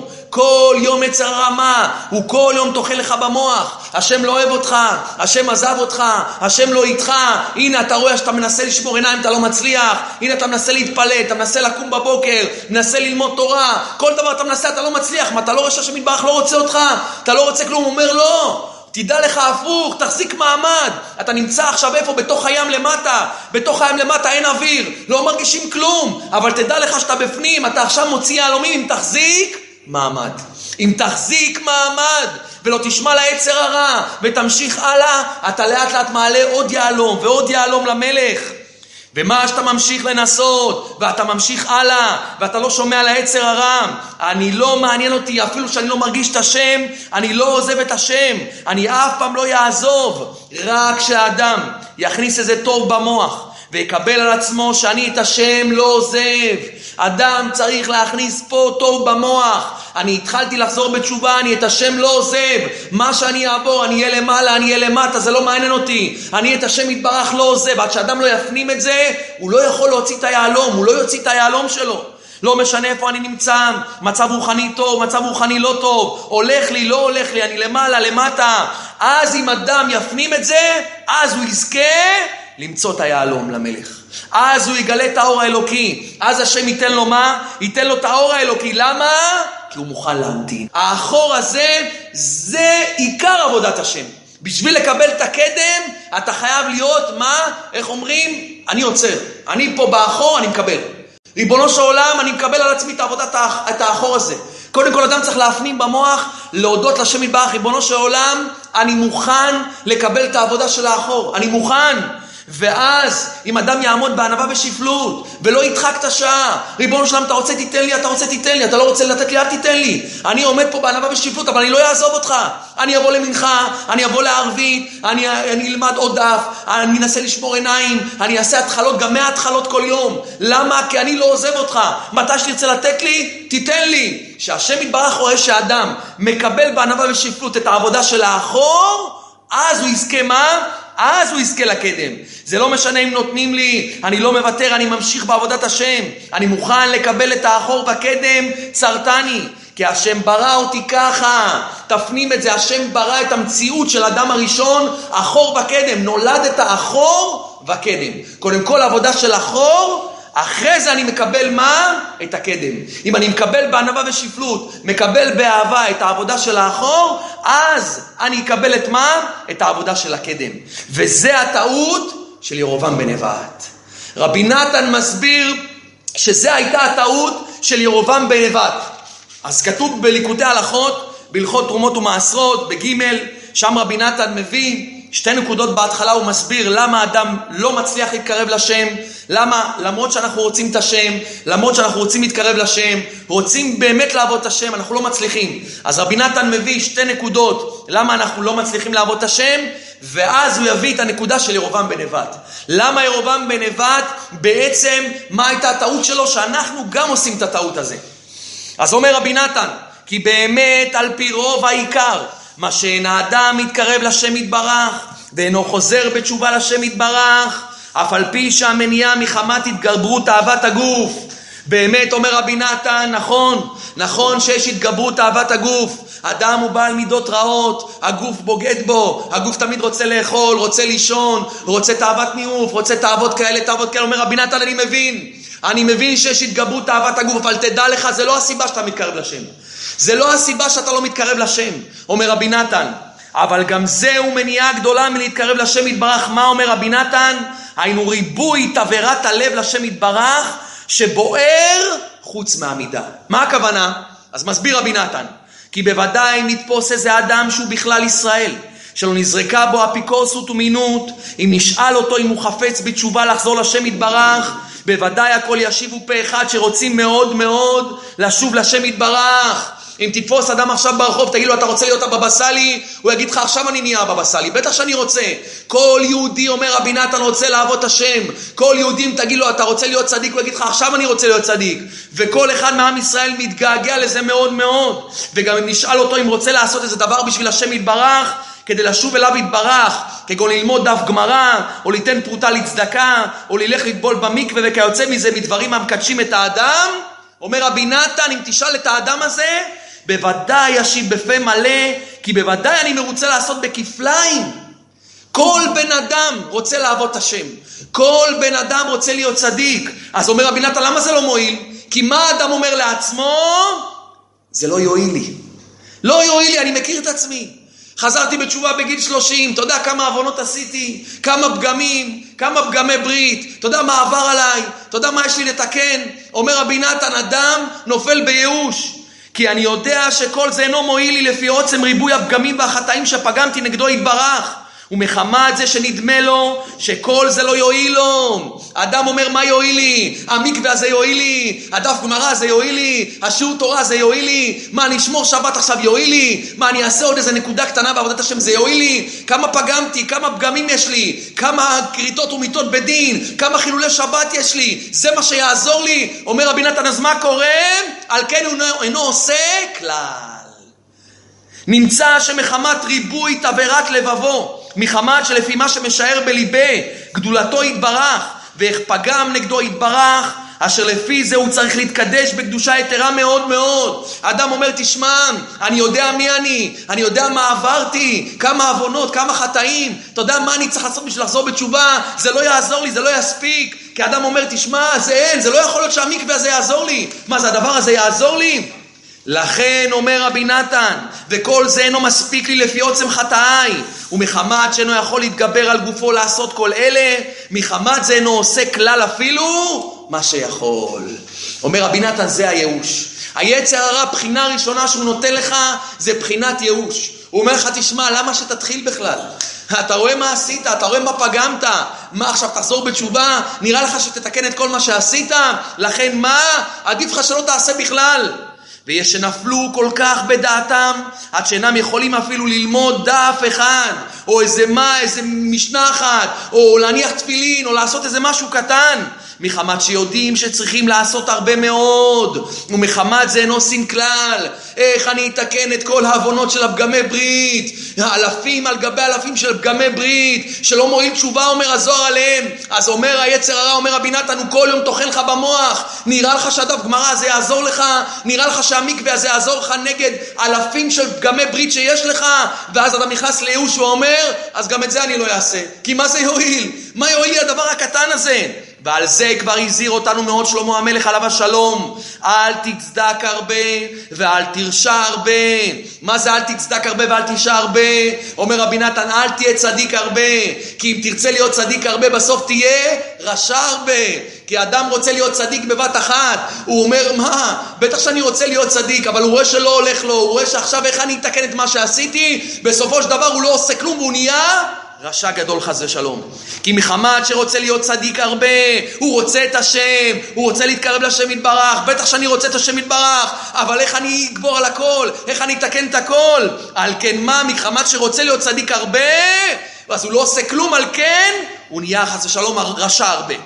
יום יצר הרע מה? הוא כל יום תאכל לך במוח. השם לא אוהב אותך, השם עזב אותך, השם לא איתך. הנה אתה רואה שאתה מנסה לשמור עיניים, אתה לא מצליח. הנה אתה מנסה להתפלל, אתה מנסה לקום בבוקר, מנסה ללמוד תורה, כל דבר אתה מנסה, אתה לא מצליח. מה, אתה לא רואה שהשם יתברך לא רוצה אותך? אתה לא רוצה כלום? הוא אומר לא. תדע לך הפוך, תחזיק מעמד. אתה נמצא עכשיו איפה? בתוך הים למטה. בתוך הים למטה אין אוויר, לא מרגישים כלום, אבל תדע לך שאתה בפנים, אתה עכשיו מוציא יהלומים. אם תחזיק מעמד, אם תחזיק מעמד ולא תשמע לעצר הרע ותמשיך הלאה, אתה לאט לאט מעלה עוד יהלום ועוד יהלום למלך. ומה שאתה ממשיך לנסות ואתה ממשיך הלאה ואתה לא שומע לעצר הרע, אני לא מעניין אותי, אפילו שאני לא מרגיש את השם, אני לא עוזב את השם, אני אף פעם לא יעזוב. רק שהאדם יכניס איזה טוב במוח ויקבל על עצמו שאני את השם לא עוזב. אדם צריך להכניס פה טוב במוח, אני התחלתי לחזור בתשובה, אני את השם לא עוזב. מה שאני אעבור, אני אהיה למעלה, אני אהיה למטה, זה לא מעניין אותי. אני את השם יתברך לא עוזב. עד שאדם לא יפנים את זה, הוא לא יכול להוציא את היהלום, הוא לא יוציא את היהלום שלו. לא משנה איפה אני נמצא, מצב רוחני טוב, מצב רוחני לא טוב, הולך לי, לא הולך לי, אני למעלה, למטה. אז אם אדם יפנים את זה, אז הוא יזכה למצוא את היהלום למלך. אז הוא יגלה את האור האלוקי. אז השם ייתן לו מה? ייתן לו את האור האלוקי. למה? כי הוא מוכן להמתין. האחור הזה, זה עיקר עבודת השם. בשביל לקבל את הקדם, אתה חייב להיות מה? איך אומרים? אני עוצר. אני פה באחור, אני מקבל. ריבונו של עולם, אני מקבל על עצמי את האחור הזה. קודם כל אדם צריך להפנים במוח, להודות לשם יתברך, ריבונו של עולם, אני מוכן לקבל את העבודה של האחור. אני מוכן. ואז אם אדם יעמוד בענווה ושפלות ולא ידחק את השעה, ריבונו שלם, אתה רוצה תיתן לי, אתה רוצה תיתן לי, אתה לא רוצה לתת לי, אל תיתן לי. אני עומד פה בענווה ושפלות, אבל אני לא אעזוב אותך. אני אבוא למנחה, אני אבוא לערבית, אני אלמד עוד דף, אני אנסה לשמור עיניים, אני אעשה התחלות, גם 100 התחלות כל יום. למה? כי אני לא עוזב אותך. מתי שתרצה לתת לי, תיתן לי. שהשם יתברך רואה שאדם מקבל בענווה ושפלות את העבודה של האחור, אז הוא יזכה מה? אז הוא יזכה לקדם. זה לא משנה אם נותנים לי, אני לא מוותר, אני ממשיך בעבודת השם. אני מוכן לקבל את האחור בקדם, צרתני. כי השם ברא אותי ככה. תפנים את זה, השם ברא את המציאות של אדם הראשון, אחור בקדם. נולדת אחור בקדם. קודם כל עבודה של אחור, אחרי זה אני מקבל מה? את הקדם. אם אני מקבל בענווה ושפלות, מקבל באהבה את העבודה של האחור, אז אני אקבל את מה? את העבודה של הקדם. וזה הטעות של ירובעם בן נבט. רבי נתן מסביר שזה הייתה הטעות של ירובעם בן נבט. אז כתוב בליקוטי הלכות, בהלכות תרומות ומעשרות, בג' שם רבי נתן מביא 2 נקודות בהתחלה. הוא מסביר למה אדם לא מצליח להתקרב לשם, למה למרות שאנחנו רוצים את השם, למרות שאנחנו רוצים להתקרב לשם, רוצים באמת לעבוד את השם, אנחנו לא מצליחים. אז רבי נתן מביא 2 נקודות למה אנחנו לא מצליחים לעבוד את השם, ואז הוא יביא את הנקודה של ירובעם בן נבט. למה ירובעם בן נבט בעצם, מה הייתה הטעות שלו, שאנחנו גם עושים את הטעות הזה. אז אומר רבי נתן, כי באמת על פי רוב העיקר, מה שאין האדם מתקרב לשם יתברך, ואינו חוזר בתשובה לשם יתברך, אף על פי שהמניעה מחמת התגברות אהבת הגוף. באמת אומר רבי נתן, נכון שיש התגברות אהבת הגוף. אדם הוא בעל מידות רעות, הגוף בוגד בו, הגוף תמיד רוצה לאכול, רוצה לישון, רוצה תאוות ניאוף, רוצה תאוות כאלה. אומר רבי נתן, אני מבין שיש התגברות אהבת הגוף, אבל תדע לך, זה לא הסיבה שאתה מתקרב לשם. זה לא הסיבה שאתה לא מתקרב לשם, אומר רבי נתן. אבל גם זהו מניעה גדולה מלהתקרב לשם יתברך. מה אומר רבי נתן? היינו ריבוי תברת הלב לשם יתברך, שבוער חוץ מהמידה. מה הכוונה? אז מסביר רבי נתן, כי בוודאי נתפוס איזה אדם שהוא בכלל ישראל, שלא נזרקה בו אפיקורסות ומינות, אם נשאל אותו אם הוא חפץ בתשובה לחזור לשם יתברך, בוודאי הכל ישיבו פה אחד שרוצים מאוד מאוד לשוב לשם יתברך. אם תתפוס אדם עכשיו ברחוב, תגיד לו, אתה רוצה להיות הבבא סאלי? הוא יגיד לך, עכשיו אני נהיה הבבא סאלי. בטח שאני רוצה. כל יהודי, אומר רבי נתן, רוצה לעבוד השם. כל יהודי, אם תגיד לו, אתה רוצה להיות צדיק? הוא יגיד לך, עכשיו אני רוצה להיות צדיק. וכל אחד מעם ישראל מתגעגע לזה מאוד מאוד. וגם אם נשאל אותו אם רוצה לעשות איזה דבר בשביל השם יתברך, כדי לשוב אליו יתברך, כגון ללמוד דף גמרא, או ליתן פרוטה לצדקה, או ללך לטבול במקווה וכיוצא מזה מדברים המקדשים את האדם, אומר רבי נתן, אם תשאל את האדם הזה, בוודאי ישיב בפה מלא, כי בוודאי אני מרוצה לעשות בכפליים. כל בן אדם רוצה לעבוד את השם, כל בן אדם רוצה להיות צדיק. אז אומר רבי נתן, למה זה לא מועיל? כי מה האדם אומר לעצמו? זה לא יועיל לי. לא יועיל לי, אני מכיר את עצמי. חזרתי בתשובה בגיל 30, אתה יודע כמה עוונות עשיתי, כמה פגמים, כמה פגמי ברית, אתה יודע מה עבר עליי, אתה יודע מה יש לי לתקן. אומר רבי נתן, אדם נופל בייאוש, כי אני יודע שכל זה אינו מועיל לי לפי עוצם ריבוי הפגמים והחטאים שפגמתי נגדו יתברך. ומחמת זה שנדמה לו שכל זה לא יועיל לו. אדם אומר, מה יועיל לי? המקווה הזה יועיל לי, הדף גמרא הזה יועיל לי, השיעור תורה הזה יועיל לי, מה אני אשמור שבת עכשיו יועיל לי, מה אני אעשה עוד איזה נקודה קטנה בעבודת השם זה יועיל לי, כמה פגמתי, כמה פגמים יש לי, כמה קריטות ומיתות בדין, כמה חילולי שבת יש לי, זה מה שיעזור לי. אומר רבי נתן, אז מה קורה? על כן הוא אינו עושה כלל. נמצא שמחמת ריבוי תברת לבבו, מחמת שלפי מה שמשער בליבי גדולתו יתברך, ואיך פגם נגדו יתברך, אשר לפי זה הוא צריך להתקדש בקדושה יתרה מאוד מאוד. אדם אומר, תשמע, אני יודע מי אני יודע מה עברתי, כמה עוונות, כמה חטאים, אתה יודע מה אני צריך לעשות בשביל לחזור בתשובה, זה לא יעזור לי, זה לא יספיק. כי אדם אומר, תשמע, זה לא יכול להיות שהמקווה הזה יעזור לי. מה זה הדבר הזה יעזור לי? לכן אומר רבי נתן, וכל זה אינו מספיק לי לפי עוצם חטאי, ומחמת שאינו יכול להתגבר על גופו לעשות כל אלה, מחמת זה אינו עושה כלל אפילו מה שיכול. אומר רבי נתן, זה הייאוש. היצר הרע, בחינה ראשונה שהוא נותן לך, זה בחינת ייאוש. הוא אומר לך, תשמע, למה שתתחיל בכלל? אתה רואה מה עשית, אתה רואה מה פגמת, מה עכשיו תחזור בתשובה? נראה לך שתתקן את כל מה שעשית? לכן מה? עדיף לך שלא תעשה בכלל. ויש שנפלו כל כך בדעתם, עד שאינם יכולים אפילו ללמוד דף אחד, או איזה משנה אחת, או להניח תפילין, או לעשות איזה משהו קטן, מחמת שיודעים שצריכים לעשות הרבה מאוד, ומחמת זה אין עושים כלל. איך אני אתקן את כל העוונות של הפגמי ברית, אלפים על גבי אלפים של פגמי ברית, שלא מועיל תשובה, אומר הזוהר עליהם. אז אומר היצר הרע, אומר רבי נתן, הוא כל יום תאכל לך במוח. נראה לך שהדף גמרא הזה יעזור לך, נראה לך שהמקווה הזה יעזור לך נגד אלפים של פגמי ברית שיש לך, ואז אתה נכנס לייאוש ואומר, אז גם את זה אני לא אעשה, כי מה זה יועיל? מה יועיל לי הדבר הקטן הזה? ועל זה כבר הזהיר אותנו מאוד שלמה המלך עליו השלום, אל תצדק הרבה ואל תרשע הרבה. מה זה אל תצדק הרבה ואל תרשע הרבה? אומר רבי נתן, אל תהיה צדיק הרבה, כי אם תרצה להיות צדיק הרבה בסוף תהיה רשע הרבה. כי אדם רוצה להיות צדיק בבת אחת, הוא אומר, מה? בטח שאני רוצה להיות צדיק, אבל הוא רואה שלא הולך לו, הוא רואה שעכשיו איך אני אתקן את מה שעשיתי, בסופו של דבר הוא לא עושה כלום והוא נהיה רשע גדול חס ושלום. כי מחמת שרוצה להיות צדיק הרבה, הוא רוצה את השם, הוא רוצה להתקרב לשם יתברך. בטח שאני רוצה את השם יתברך, אבל איך אני אגבור על הכל? איך אני אתקן את הכל? על כן מה? מחמת שרוצה להיות צדיק הרבה, אז הוא לא עושה כלום, על כן הוא נהיה חס ושלום רשע הרבה.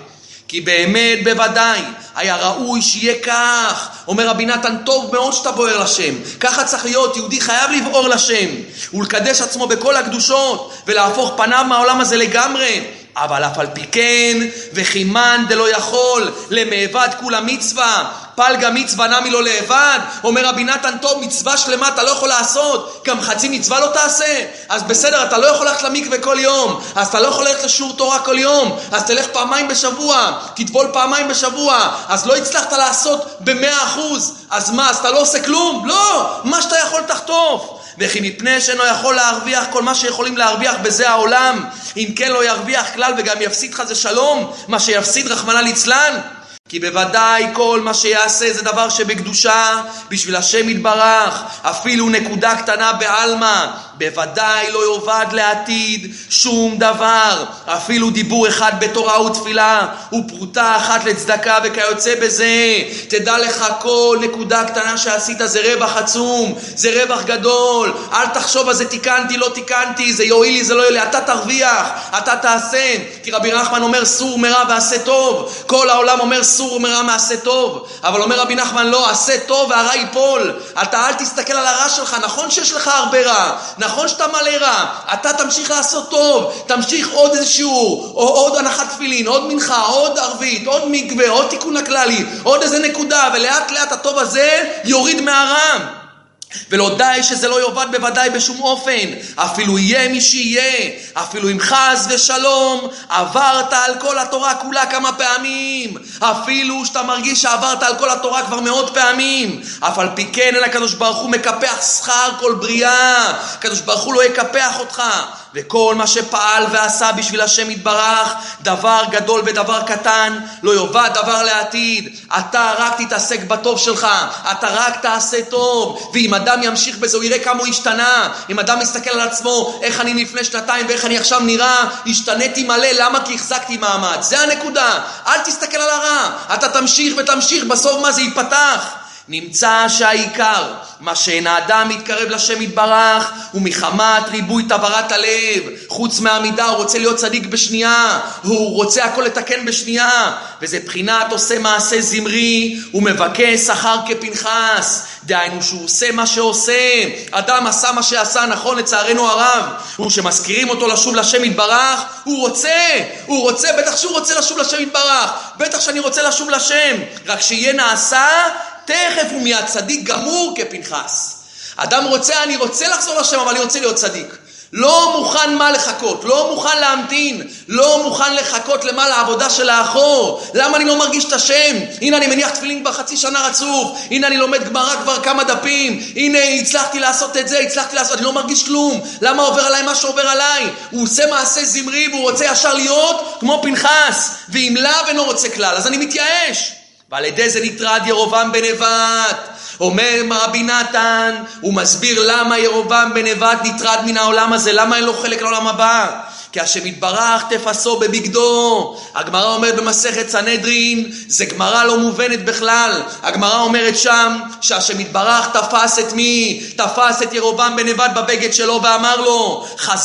כי באמת בוודאי היה ראוי שיהיה כך. אומר רבי נתן, טוב מאוד שאתה בוער לשם, ככה צריך להיות. יהודי חייב לבעור לשם ולקדש עצמו בכל הקדושות ולהפוך פניו מהעולם הזה לגמרי. אבל אף על פי כן, וכי מאן דלא יכול למעבד כולה מצווה, פלגה מצווה נמי לא לעבד. אומר רבי נתן, טוב, מצווה שלמה אתה לא יכול לעשות, גם חצי מצווה לא תעשה. אז בסדר, אתה לא יכול ללכת למקווה כל יום, אז אתה לא יכול ללכת לשיעור תורה כל יום, אז תלך פעמיים בשבוע, תטבול פעמיים בשבוע. אז לא הצלחת לעשות ב100%, אז מה, אז אתה לא עושה כלום? לא, מה שאתה יכול תחטוף. וכי מפני שאינו יכול להרוויח כל מה שיכולים להרוויח בזה העולם, אם כן לא ירוויח כלל וגם יפסיד חס ושלום מה שיפסיד רחמנא ליצלן. כי בוודאי כל מה שיעשה זה דבר שבקדושה בשביל השם יתברך, אפילו נקודה קטנה בעלמא בוודאי לא יאבד לעתיד שום דבר, אפילו דיבור אחד בתורה ותפילה ופרוטה אחת לצדקה וכיוצא בזה. תדע לך, כל נקודה קטנה שעשית זה רווח עצום, זה רווח גדול. אל תחשוב על זה, תיקנתי לא תיקנתי, זה יועיל לי זה לא יועיל לי, אתה תרוויח, אתה תעשה. כי רבי נחמן אומר סור מרע ועשה טוב, כל העולם אומר סור מרע מעשה טוב, אבל אומר רבי נחמן לא, עשה טוב והרע ייפול. אתה אל תסתכל על הרע שלך, נכון שיש לך הרבה רע, נכון שאתה מלא רע, אתה תמשיך לעשות טוב, תמשיך עוד איזה שיעור, או עוד הנחת תפילין, עוד מנחה, עוד ערבית, עוד מקווה, עוד תיקון הכללי, עוד איזה נקודה, ולאט לאט הטוב הזה יוריד מהרע. ולא די שזה לא יאבד בוודאי בשום אופן, אפילו יהיה מי שיהיה, אפילו אם חס ושלום עברת על כל התורה כולה כמה פעמים, אפילו שאתה מרגיש שעברת על כל התורה כבר מאות פעמים, אף על פי כן אין הקדוש ברוך הוא מקפח שכר כל בריאה. הקדוש ברוך הוא לא יקפח אותך, וכל מה שפעל ועשה בשביל השם יתברך, דבר גדול ודבר קטן, לא יאבד דבר לעתיד. אתה רק תתעסק בטוב שלך, אתה רק תעשה טוב, ואם אדם ימשיך בזה הוא יראה כמה הוא השתנה. אם אדם מסתכל על עצמו, איך אני לפני שנתיים ואיך אני עכשיו נראה, השתניתי מלא. למה? כי החזקתי מעמד. זה הנקודה. אל תסתכל על הרע, אתה תמשיך ותמשיך, בסוף מה זה ייפתח. נמצא שהעיקר, מה שאין האדם מתקרב לשם יתברך, הוא מחמת ריבוי תברת הלב. חוץ מהמידה הוא רוצה להיות צדיק בשנייה, הוא רוצה הכל לתקן בשנייה, וזה בחינת עושה מעשה זמרי ומבקש שכר כפנחס. דהיינו שהוא עושה מה שעושה, אדם עשה מה שעשה, נכון, לצערנו הרב, הוא שמזכירים אותו לשוב לשם יתברך, הוא רוצה, בטח שהוא רוצה לשוב לשם יתברך, בטח שאני רוצה לשוב לשם, רק שיהיה נעשה תכף הוא מיד צדיק גמור כפנחס. אדם רוצה, אני רוצה לחזור לשם, אבל אני רוצה להיות צדיק. לא מוכן מה לחכות, לא מוכן להמתין, לא מוכן לחכות למה לעבודה של האחור. למה אני לא מרגיש את השם? הנה אני מניח תפילין כבר חצי שנה רצוף, הנה אני לומד גמרא כבר כמה דפים, הנה הצלחתי לעשות את זה, אני לא מרגיש כלום. למה עובר עליי מה שעובר עליי? הוא עושה מעשה זמרי והוא רוצה ישר להיות כמו פנחס, ואם לאו אינו רוצה כלל, אז אני מתייאש. ועל ידי זה נטרד ירובעם בן נבט. אומר רבי נתן, הוא מסביר למה ירובעם בן נבט נטרד מן העולם הזה, למה אין לו חלק לעולם הבא. כי השם יתברך תפסו בבגדו. הגמרא אומרת במסכת סנהדרין, זה גמרא לא מובנת בכלל. הגמרא אומרת שם שהשם יתברך תפס את מי? תפס את ירובעם בן נבט בבגד שלו ואמר לו,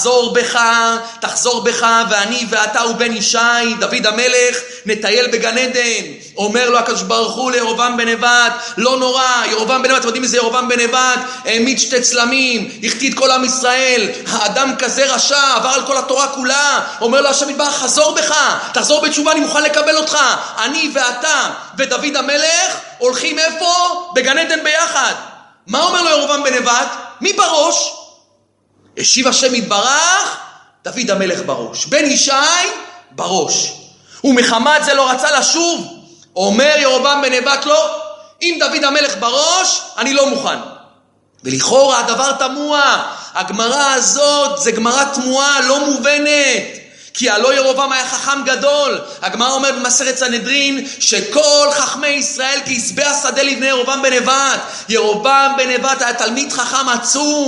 תחזור בך ואני ואתה ובן ישי דוד המלך נטייל בגן עדן. אומר לו הקדוש ברוך הוא לירובעם בן נבט, לא נורא. ירובעם בן נבט, אתם יודעים מי זה ירובעם בן נבט? העמיד שתי צלמים, החטיא את כל עם ישראל. האדם כזה רשע, עבר על כל התורה כולה. אומר לו השם יתברך, תחזור בתשובה, אני מוכן לקבל אותך. אני ואתה ודוד המלך הולכים איפה? בגן עדן ביחד. מה אומר לו ירובעם בן נבט? מי בראש? השיב השם יתברך, דוד המלך בראש, בן ישי בראש. ומחמת זה לא רצה לשוב. אומר ירובעם בן נבט לא, אם דוד המלך בראש אני לא מוכן. ולכאורה הדבר תמוה. הגמרא הזאת זה גמרא תמוהה, לא מובנת, כי הלא ירובעם היה חכם גדול. הגמרא אומרת במסכת סנהדרין שכל חכמי ישראל כעשבי השדה לבני ירובעם בן נבט. ירובעם בן נבט היה תלמיד חכם עצום,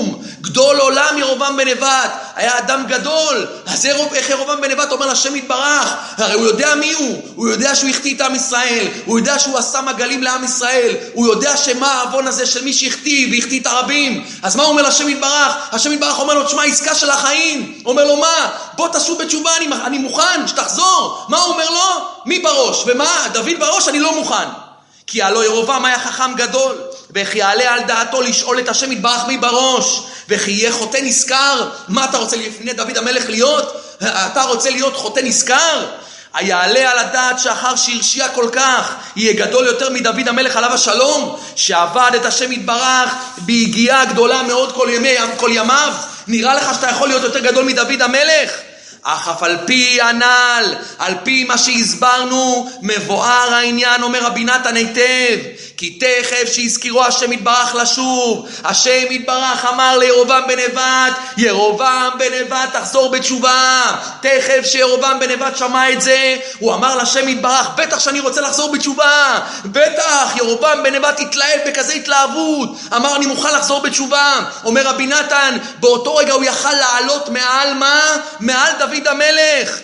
גדול עולם ירובעם בן נבט, היה אדם גדול. אז איך ירובעם בן נבט אומר לשם יתברך? הרי הוא יודע מי הוא יודע שהוא החטיא את עם ישראל, הוא יודע שהוא עשה מגלים לעם ישראל, הוא יודע שמה העוון הזה של מי שהחטיא והחטיא את הרבים. אז מה הוא אומר לשם יתברך? השם יתברך אומר לו, תשמע, עסקה של החיים. אומר לו, מה? בוא תשוב בתשובה, אני מוכן שתחזור. מה הוא אומר לו? מי בראש? ומה? דוד בראש? אני לא מוכן. כי הלא ירובעם היה חכם גדול, וכי יעלה על דעתו לשאול את השם יתברך מי בראש, וכי יהיה חוטא נזכר. מה אתה רוצה לפני דוד המלך להיות? אתה רוצה להיות חוטא נזכר? היעלה על הדעת שאחר שהרשיע כל כך יהיה גדול יותר מדוד המלך עליו השלום, שעבד את השם יתברך בהגיעה גדולה מאוד כל ימיו? נראה לך שאתה יכול להיות יותר גדול מדוד המלך? אך אף על פי הנ"ל, על פי מה שהסברנו, מבואר העניין, אומר רבי נתן היטב, כי תכף שהזכירו השם יתברך לשוב, השם יתברך אמר לירובעם בן נבט, ירובעם בן נבט תחזור בתשובה. תכף שירובעם בן נבט שמע את זה, הוא אמר לשם יתברך, בטח שאני רוצה לחזור בתשובה, בטח. ירובעם בן נבט התלהב בכזה התלהבות, אמר אני מוכן לחזור בתשובה. אומר רבי נתן, באותו רגע הוא יכל לעלות מעל מה? מעל דוד המלך.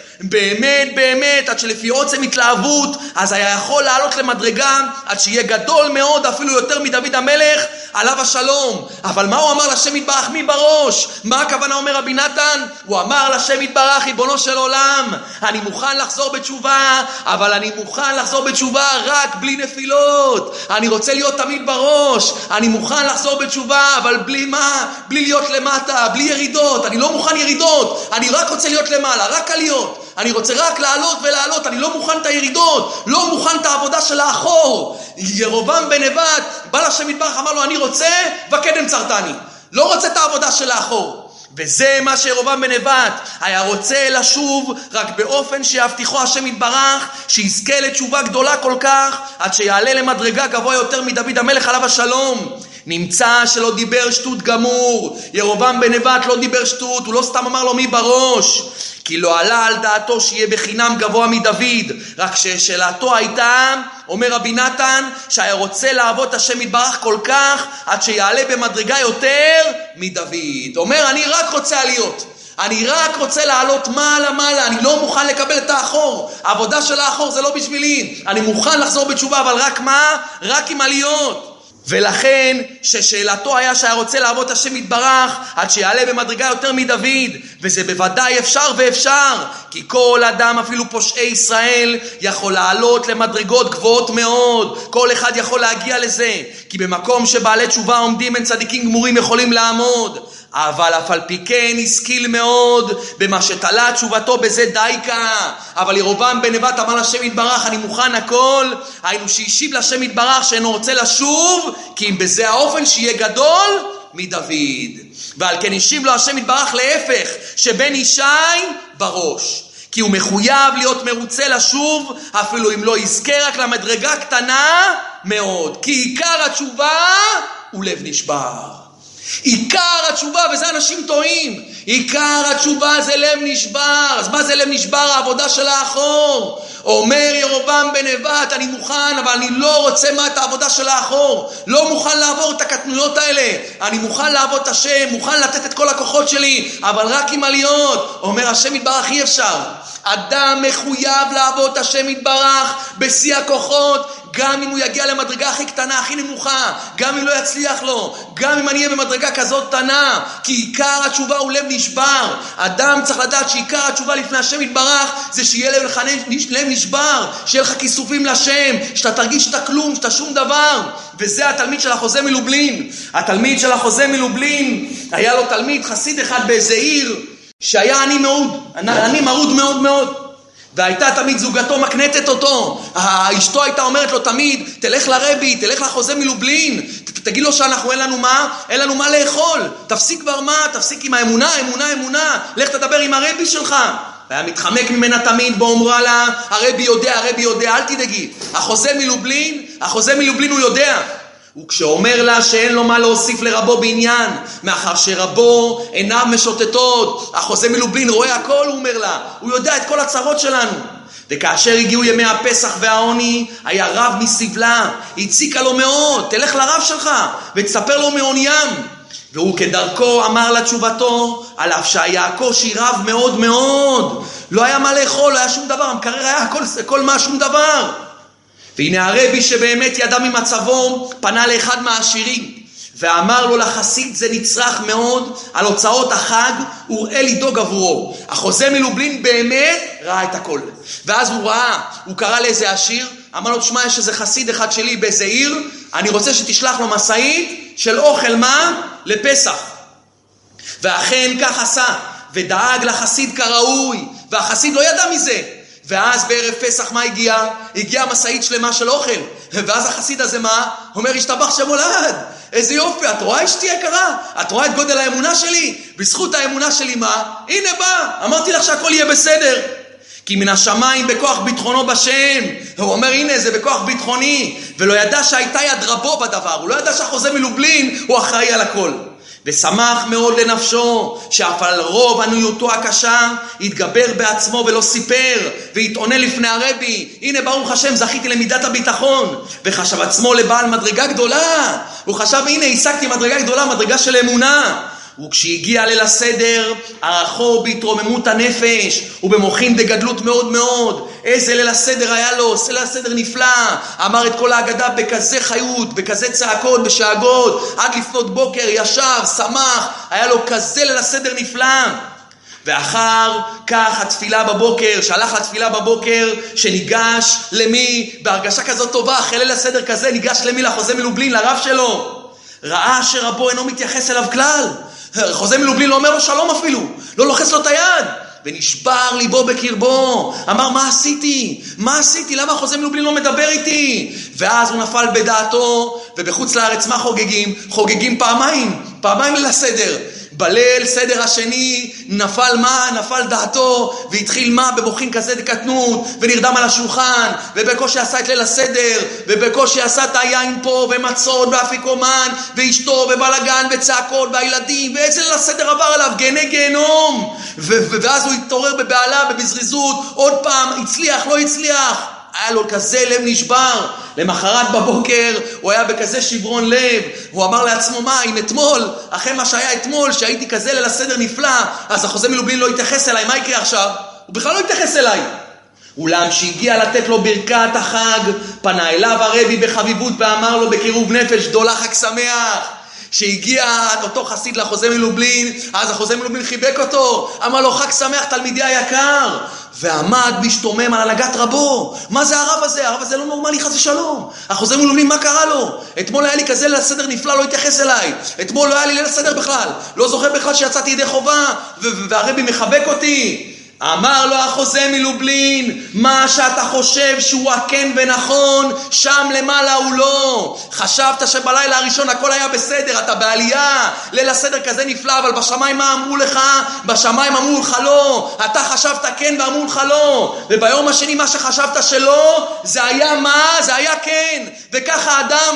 באמת, עד שלפי עוצם התלהבות, אז היה יכול לעלות למדרגה, עד שיהיה גדול מאוד, אפילו יותר מדוד המלך, עליו השלום. אבל מה הוא אמר לשם יתברך מי בראש? מה הכוונה אומר רבי נתן? הוא אמר לשם יתברך, ריבונו של עולם, אני מוכן לחזור בתשובה, אבל אני מוכן לחזור בתשובה רק בלי נפילות. אני רוצה להיות תמיד בראש. אני מוכן לחזור בתשובה, אבל בלי מה? בלי להיות למטה, בלי ירידות. אני לא מוכן ירידות. אני רק רוצה להיות למעלה, רק עליות. אני רוצה רק לעלות ולעלות, אני לא מוכן את הירידות, לא מוכן את העבודה של האחור. ירובעם בן נבט בא לשם יתברך, אמר לו אני רוצה וקדם צרתני, לא רוצה את העבודה של האחור. וזה מה שירובעם בן נבט היה רוצה לשוב, רק באופן שיבטיחו השם יתברך שיזכה לתשובה גדולה כל כך, עד שיעלה למדרגה גבוה יותר מדוד המלך עליו השלום. נמצא שלא דיבר שטות גמור. ירובעם בן נבט לא דיבר שטות, הוא לא סתם אמר לו מי בראש, כי לא עלה על דעתו שיהיה בחינם גבוה מדוד, רק ששאלתו הייתה, אומר רבי נתן, שהיה רוצה לעבוד את השם יתברך כל כך עד שיעלה במדרגה יותר מדוד. אומר אני רק רוצה עליות, אני רק רוצה לעלות מעלה, אני לא מוכן לקבל את האחור. העבודה של האחור זה לא בשבילי, אני מוכן לחזור בתשובה, אבל רק מה? רק עם עליות. ולכן ששאלתו היה שהיה רוצה לעבוד את השם יתברך עד שיעלה במדרגה יותר מדוד, וזה בוודאי אפשר, כי כל אדם, אפילו פושעי ישראל, יכול לעלות למדרגות גבוהות מאוד. כל אחד יכול להגיע לזה, כי במקום שבעלי תשובה עומדים אין צדיקים גמורים יכולים לעמוד. אבל אף על פי כן השכיל מאוד במה שתלה תשובתו בזה דייקה. אבל ירובעם בן נבט אמר לשם יתברך אני מוכן הכל, היינו שהשיב לשם יתברך שאינו רוצה לשוב, כי אם בזה האופן שיהיה גדול מדוד. ועל כן השיב לו השם יתברך להפך, שבן ישי בראש, כי הוא מחויב להיות מרוצה לשוב, אפילו אם לא יזכה רק למדרגה קטנה מאוד, כי עיקר התשובה הוא לב נשבר. עיקר התשובה, וזה אנשים טועים, עיקר התשובה זה לב נשבר. אז מה זה לב נשבר? העבודה של האחור. אומר ירובעם בן נבט אני מוכן, אבל אני לא רוצה את העבודה של האחור, לא מוכן לעבור את הקטנויות האלה, אני מוכן לעבוד את השם, מוכן לתת את כל הכוחות שלי, אבל רק עם עליות. אומר השם יתברך אי אפשר. אדם מחויב לעבוד את השם יתברך בשיא הכוחות, גם אם הוא יגיע למדרגה הכי קטנה, הכי נמוכה, גם אם לא יצליח לו, גם אם אני אהיה במדרגה כזאת קטנה, כי עיקר התשובה הוא לב נשבר. אדם צריך לדעת שעיקר התשובה לפני השם יתברך זה שיהיה לב נשבר, שיהיה לך כיסופים לשם, שאתה תרגיש שאתה כלום, שאתה שום דבר. וזה התלמיד של החוזה מלובלין. התלמיד של החוזה מלובלין, היה לו תלמיד חסיד אחד באיזה עיר שהיה עני מרוד מאוד, והייתה תמיד זוגתו מקנטת אותו. אשתו הייתה אומרת לו תמיד, תלך לרבי, תלך לחוזה מלובלין, תגיד לו שאנחנו אין לנו מה לאכול, תפסיק כבר תפסיק עם האמונה, לך תדבר עם הרבי שלך. והיה מתחמק ממנה תמיד באומרה לה, הרבי יודע, אל תדאגי, החוזה מלובלין הוא יודע. וכשאומר לה שאין לו מה להוסיף לרבו בעניין, מאחר שרבו עיניו משוטטות, החוזה מלובלין רואה הכל, הוא אומר לה, הוא יודע את כל הצרות שלנו. וכאשר הגיעו ימי הפסח והעוני, היה רב מסבלה, הציקה לו מאוד, תלך לרב שלך ותספר לו מעוניים. והוא כדרכו אמר לתשובתו, על אף שהיה קושי רב מאוד מאוד, לא היה מה לאכול, לא היה שום דבר, המקרר היה הכל מה שום דבר. והנה הרבי שבאמת ידע ממצבו, פנה לאחד מהעשירים, ואמר לו לחסיד זה נצרך מאוד, על הוצאות החג וראה לדאוג עבורו. החוזה מלובלין באמת ראה את הכל. ואז הוא קרא לאיזה עשיר, אמר לו, תשמע, יש איזה חסיד אחד שלי באיזה עיר, אני רוצה שתשלח לו משאית של אוכל מה? לפסח. ואכן כך עשה, ודאג לחסיד כראוי, והחסיד לא ידע מזה. ואז בערב פסח מה הגיע? הגיעה משאית שלמה של אוכל. ואז החסיד הזה מה? אומר, השתבח שם הולד. איזה יופי, את רואה אשתי יקרה? את רואה את גודל האמונה שלי? בזכות האמונה שלי מה? הנה בא, אמרתי לך שהכל יהיה בסדר. כי מן השמיים בכוח ביטחונו בשם. הוא אומר, הנה זה בכוח ביטחוני. ולא ידע שהייתה יד רבו בדבר. הוא לא ידע שהחוזה מלובלין הוא אחראי על הכל. ושמח מאוד לנפשו, שאף על רוב עניותו הקשה, התגבר בעצמו ולא סיפר, והתעונה לפני הרבי, הנה ברוך השם זכיתי למידת הביטחון, וחשב עצמו לבעל מדרגה גדולה, הוא חשב הנה השגתי מדרגה גדולה, מדרגה של אמונה. וכשהגיע ליל הסדר, ערכו בהתרוממות הנפש, ובמוחין בגדלות מאוד מאוד. איזה ליל הסדר היה לו, ליל הסדר נפלא. אמר את כל ההגדה בכזה חיות, בכזה צעקות, בשאגות, עד לפנות בוקר, ישב, שמח, היה לו כזה ליל הסדר נפלא. ואחר כך התפילה בבוקר, שהלך לתפילה בבוקר, שניגש למי, בהרגשה כזאת טובה, אחרי ליל הסדר כזה, ניגש למי? לחוזה מלובלין, לרב שלו. ראה שרבו אינו מתייחס אליו כלל. חוזה מלובלין לא אומר לו שלום אפילו, לא לוחץ לו את היד, ונשבר ליבו בקרבו. אמר, מה עשיתי? למה חוזה מלובלין לא מדבר איתי? ואז הוא נפל בדעתו, ובחוץ לארץ מה חוגגים? חוגגים פעמיים ליל הסדר. בליל סדר השני נפל מה? נפל דעתו, והתחיל מה? במוחין כזה דקטנות, ונרדם על השולחן, ובקושי עשה את ליל הסדר, ובקושי עשה את היין פה, ומצות, ואפיקומן, ואשתו, ובלגן, וצעקות, והילדים, ואיזה ליל הסדר עבר עליו, גיהנום. ואז הוא התעורר בבעלה, בזריזות, עוד פעם, הצליח, לא הצליח. היה לו כזה לב נשבר. למחרת בבוקר הוא היה בכזה שברון לב. הוא אמר לעצמו, מה, אם אתמול, אחרי מה שהיה אתמול, שהייתי כזה ליל הסדר נפלא, אז החוזה מלובלין לא יתייחס אליי, מה יקרה עכשיו? הוא בכלל לא יתייחס אליי. אולם שהגיע לתת לו ברכת החג, פנה אליו הרבי בחביבות ואמר לו בקירוב נפש גדולה, חג שמח. שהגיע אותו חסיד לחוזה מלובלין, אז החוזה מלובלין חיבק אותו, אמר לו חג שמח תלמידי היקר, ועמד משתומם על הנהגת רבו. מה זה הרב הזה? הרב הזה לא נורמלי, חס ושלום. החוזה מלובלין, מה קרה לו? אתמול היה לי כזה ליל סדר נפלא, לא התייחס אליי. אתמול לא היה לי ליל סדר בכלל, לא זוכר בכלל שיצאתי ידי חובה, והרבי מחבק אותי. אמר לו החוזה מלובלין, מה שאתה חושב שהוא הכן ונכון, שם למעלה הוא לא. חשבת שבלילה הראשון הכל היה בסדר, אתה בעלייה, ליל הסדר כזה נפלא, אבל בשמיים מה אמרו לך? בשמיים אמרו לך לא. אתה חשבת כן ואמרו לך לא. וביום השני מה שחשבת שלא, זה היה מה? זה היה כן. וככה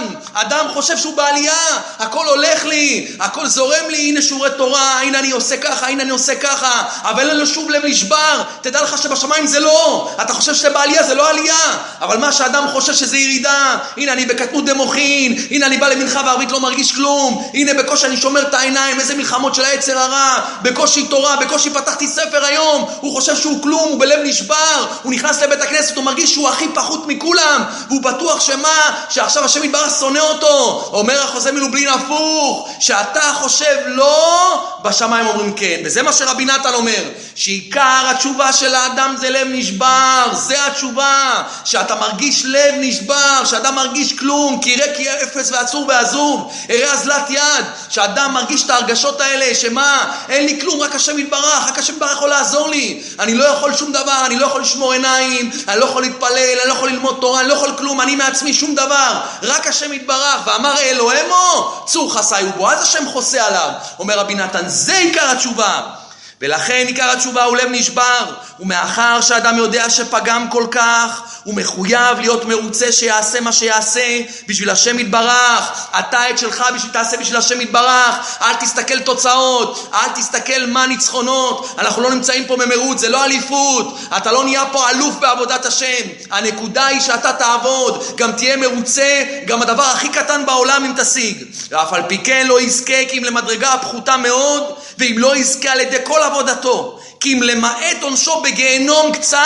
אדם חושב שהוא בעלייה, הכל הולך לי, הכל זורם לי, הנה שיעורי תורה, הנה אני עושה ככה, הנה אני עושה ככה, אבל אין לו שוב לב נשבר. תדע לך שבשמיים זה לא, אתה חושב שזה בעלייה, זה לא עלייה, אבל מה שאדם חושב שזה ירידה, הנה אני בקטנות דמוכין, הנה אני בא למנחה וערבית לא מרגיש כלום, הנה בקושי אני שומר את העיניים, איזה מלחמות של היצר הרע, בקושי תורה, בקושי פתחתי ספר היום, הוא חושב שהוא כלום, הוא בלב נשבר, הוא נכנס לבית הכנסת, הוא מרגיש שהוא הכי פחות מכולם, והוא בטוח שמה, שעכשיו השם יתברך שונא אותו. אומר החוזה מלובלין הפוך, שאתה חושב לא, בשמיים אומרים כן. וזה מה שרבי נתן אומר, שעיקר התשובה של האדם זה לב נשבר, זה התשובה, שאתה מרגיש לב נשבר, שאדם מרגיש כלום, כי יראה כי אפס ועצור ועזוב, הראה אזלת יד, שאדם מרגיש את ההרגשות האלה, שמה, אין לי כלום, רק השם יתברך, רק השם יתברך יכול לעזור לי, אני לא יכול שום דבר, אני לא יכול לשמור עיניים, אני לא יכול להתפלל, אני לא יכול ללמוד תורה, אני לא יכול כלום, אני מעצמי שום דבר, רק השם יתברך. ואמר אלוהימו צור חסאי ובו, אז השם חוסה עליו. אומר רבי נתן, זה עיקר התשובה. ולכן עיקר התשובה הוא לב נשבר, ומאחר שאדם יודע שפגם כל כך, הוא מחויב להיות מרוצה שיעשה מה שיעשה בשביל השם יתברך. אתה את שלך תעשה בשביל השם יתברך, אל תסתכל תוצאות, אל תסתכל מה ניצחונות. אנחנו לא נמצאים פה במרוץ, זה לא אליפות, אתה לא נהיה פה אלוף בעבודת השם. הנקודה היא שאתה תעבוד, גם תהיה מרוצה, גם הדבר הכי קטן בעולם אם תשיג. ואף על פי כן לא יזכה כי אם למדרגה הפחותה מאוד, ואם לא יזכה על ידי כל עבודתו, כי אם למעט עונשו בגיהנום קצת,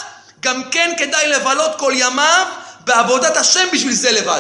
גם כן כדאי לבלות כל ימיו בעבודת השם בשביל זה לבד.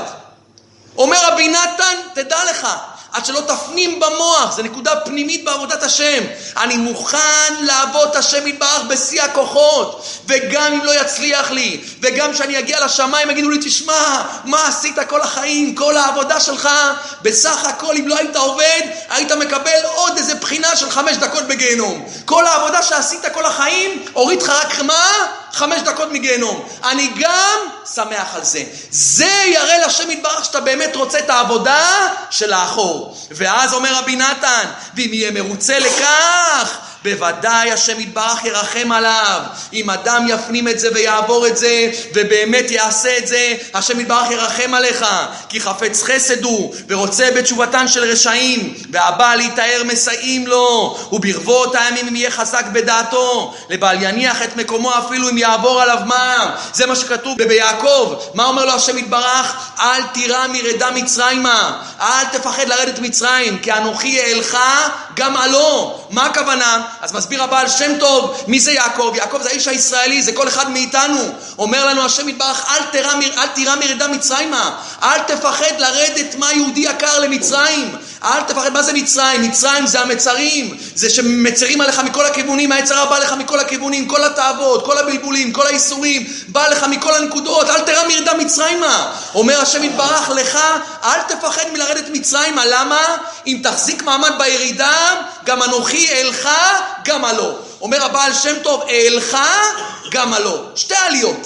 אומר רבי נתן, תדע לך, עד שלא תפנים במוח, זה נקודה פנימית בעבודת השם. אני מוכן לעבוד את השם יתברך בשיא הכוחות, וגם אם לא יצליח לי, וגם שאני אגיע לשמיים יגידו לי, תשמע, מה עשית כל החיים, כל העבודה שלך, בסך הכל אם לא היית עובד, היית מקבל עוד איזה בחינה של 5 דקות בגיהנום. כל העבודה שעשית כל החיים, הוריד לך רק מה? 5 דקות מגיהנום. אני גם שמח על זה. זה יראה לשם יתברך שאתה באמת רוצה את העבודה של האחור. ואז אומר רבי נתן, ואם יהיה מרוצה לכך, בוודאי השם יתברך ירחם עליו. אם אדם יפנים את זה ויעבור את זה ובאמת יעשה את זה, השם יתברך ירחם עליך, כי חפץ חסד הוא ורוצה בתשובתן של רשעים, והבא להתאר מסייעים לו, וברבות הימים אם יהיה חזק בדעתו, לבל יניח את מקומו אפילו אם יעבור עליו מה. זה מה שכתוב ביעקב. מה אומר לו השם יתברך? אל תירא מרדה מצרימה, אל תפחד לרדת מצרים, כי אנוכי אעלך גם עלו. מה הכוונה? אז מסביר הבעל שם טוב, מי זה יעקב? יעקב זה האיש הישראלי, זה כל אחד מאיתנו. אומר לנו השם יתברך, אל תירא מרדה מצרימה, אל תפחד לרדת מה יהודי יקר למצרים. אל תפחד. מה זה מצרים? מצרים זה המצרים, זה שמצרים עליך מכל הכיוונים, היצרה בא לך מכל הכיוונים, כל התאוות, כל הבלבולים, כל האיסורים, בא לך מכל הנקודות. אל תירא מרדה מצרימה. אומר השם יתברך לך, אל תפחד מלרדת מצרימה. למה? אם תחזיק מעמד בירידה, גם אנוכי אעלך גם עלו. אומר הבעל שם טוב, אעלך גם עלו. 2 עליות.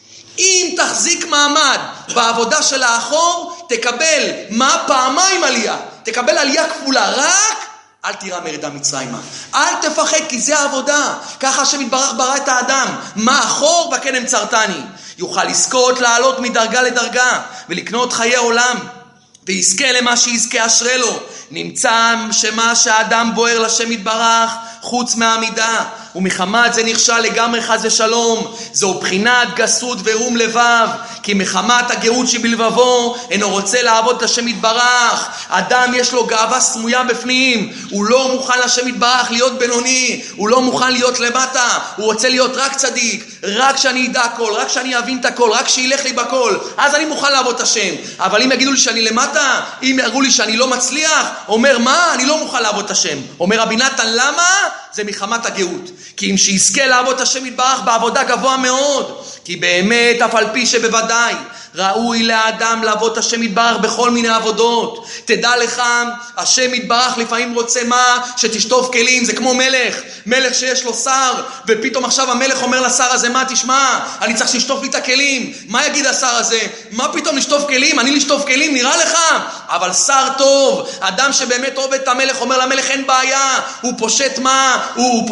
אם תחזיק מעמד בעבודה של האחור, תקבל מה? פעמיים עלייה. תקבל עלייה כפולה. רק אל תירא מרדה מצרימה. אל תפחד, כי זה העבודה. ככה השם יתברך ברא את האדם. מה אחור וכן צרתני. יוכל לזכות לעלות מדרגה לדרגה ולקנות חיי עולם, ויזכה למה שיזכה אשרי לו. נמצא שמה שהאדם בוער לשם יתברך חוץ מהעמידה, ומחמת זה נכשל לגמרי חס ושלום. זו בחינת גסות ורום לבב, כי מחמת הגאות שבלבבו אינו רוצה לעבוד את השם יתברך. אדם יש לו גאווה סמויה בפנים, הוא לא מוכן לשם יתברך להיות בינוני, הוא לא מוכן להיות למטה, הוא רוצה להיות רק צדיק, רק שאני אדע הכל, רק שאני אבין את הכל, רק שילך לי בכל, אז אני מוכן לעבוד את השם. אבל אם יגידו לי שאני למטה, אם יראו לי שאני לא מצליח, אומר מה? אני לא מוכן לעבוד את השם. אומר רבי נתן, למה? זה מחמת הגאות. כי אם שיזכה לעבוד את השם יתברך בעבודה גבוה מאוד, כי באמת אף על פי שבוודאי ראוי לאדם לעבוד את השם יתברך בכל מיני עבודות. תדע לך, השם יתברך לפעמים רוצה מה? שתשטוף כלים. זה כמו מלך שיש לו שר, ופתאום עכשיו המלך אומר לשר הזה, מה? תשמע, אני צריך שישטוף לי את הכלים. מה יגיד השר הזה? מה פתאום לשטוף כלים? אני לשטוף כלים? נראה לך? אבל שר טוב, אדם שבאמת עובד את המלך, אומר למלך אין בעיה, הוא פושט מה? הוא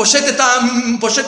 פושט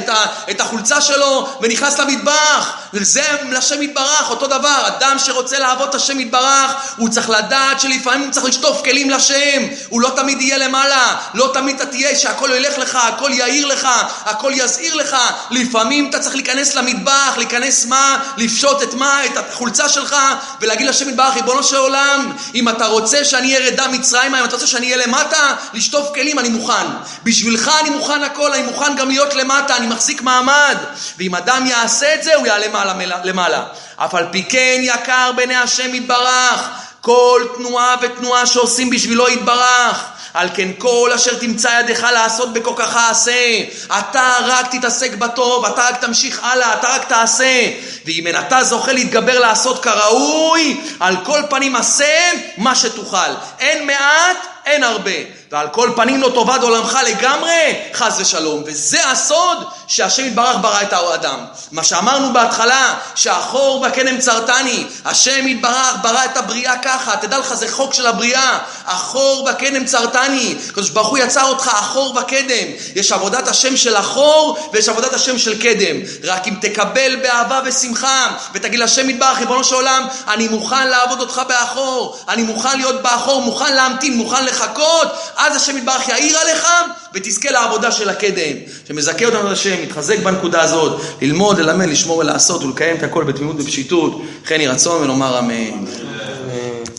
את החולצה שלו ונכנס למטבח. זה לשם יתברך. אותו דבר, אדם שרוצה לעבוד את השם יתברך, הוא צריך לדעת שלפעמים הוא צריך לשטוף כלים לשם. הוא לא תמיד יהיה למעלה, לא תמיד אתה תהיה שהכל ילך לך, הכל יאיר לך, הכל יזהיר לך. לפעמים אתה צריך להיכנס למטבח, להיכנס מה? לפשוט את מה? את החולצה שלך, ולהגיד לשם יתברך, ריבונו של עולם, אם אתה רוצה שאני אהיה רדה מצרימה, אם אתה רוצה שאני אהיה למטה, לשטוף כלים, אני מוכן. בשבילך אני מוכן הכל, אני מוכן גם להיות למטה, אני מחזיק מעמד. ואם אדם יעשה את זה, הוא יעלה למעלה. אף על פי כן יקר בעיני השם יתברך כל תנועה ותנועה שעושים בשבילו יתברך. על כן כל אשר תמצא ידך לעשות בכוחך עשה. אתה רק תתעסק בטוב, אתה רק תמשיך הלאה, אתה רק תעשה. ואם אין אתה זוכה להתגבר לעשות כראוי, על כל פנים עשה מה שתוכל. אין מעט, אין הרבה. ועל כל פנים לא תאבד עולמך לגמרי, חס ושלום. וזה הסוד שהשם יתברך ברא את האדם. מה שאמרנו בהתחלה, שהאחור וכן צרתני, השם יתברך ברא את הבריאה ככה. תדע לך, זה חוק של הבריאה. אחור וכן צרתני. עשרתני. הקדוש ברוך הוא יצר אותך אחור וקדם. יש עבודת השם של אחור ויש עבודת השם של קדם. רק אם תקבל באהבה ושמחה ותגיד לשם יתברך, ריבונו של עולם, אני מוכן לעבוד אותך באחור, אני מוכן להיות באחור, מוכן להמתין, מוכן לחכות, אז השם יתברך יאיר עליך ותזכה לעבודה של הקדם. שמזכה אותנו השם, מתחזק בנקודה הזאת, ללמוד, ללמד, לשמור ולעשות ולקיים את הכל בתמימות ובפשיטות. כן יהי רצון ונאמר אמן.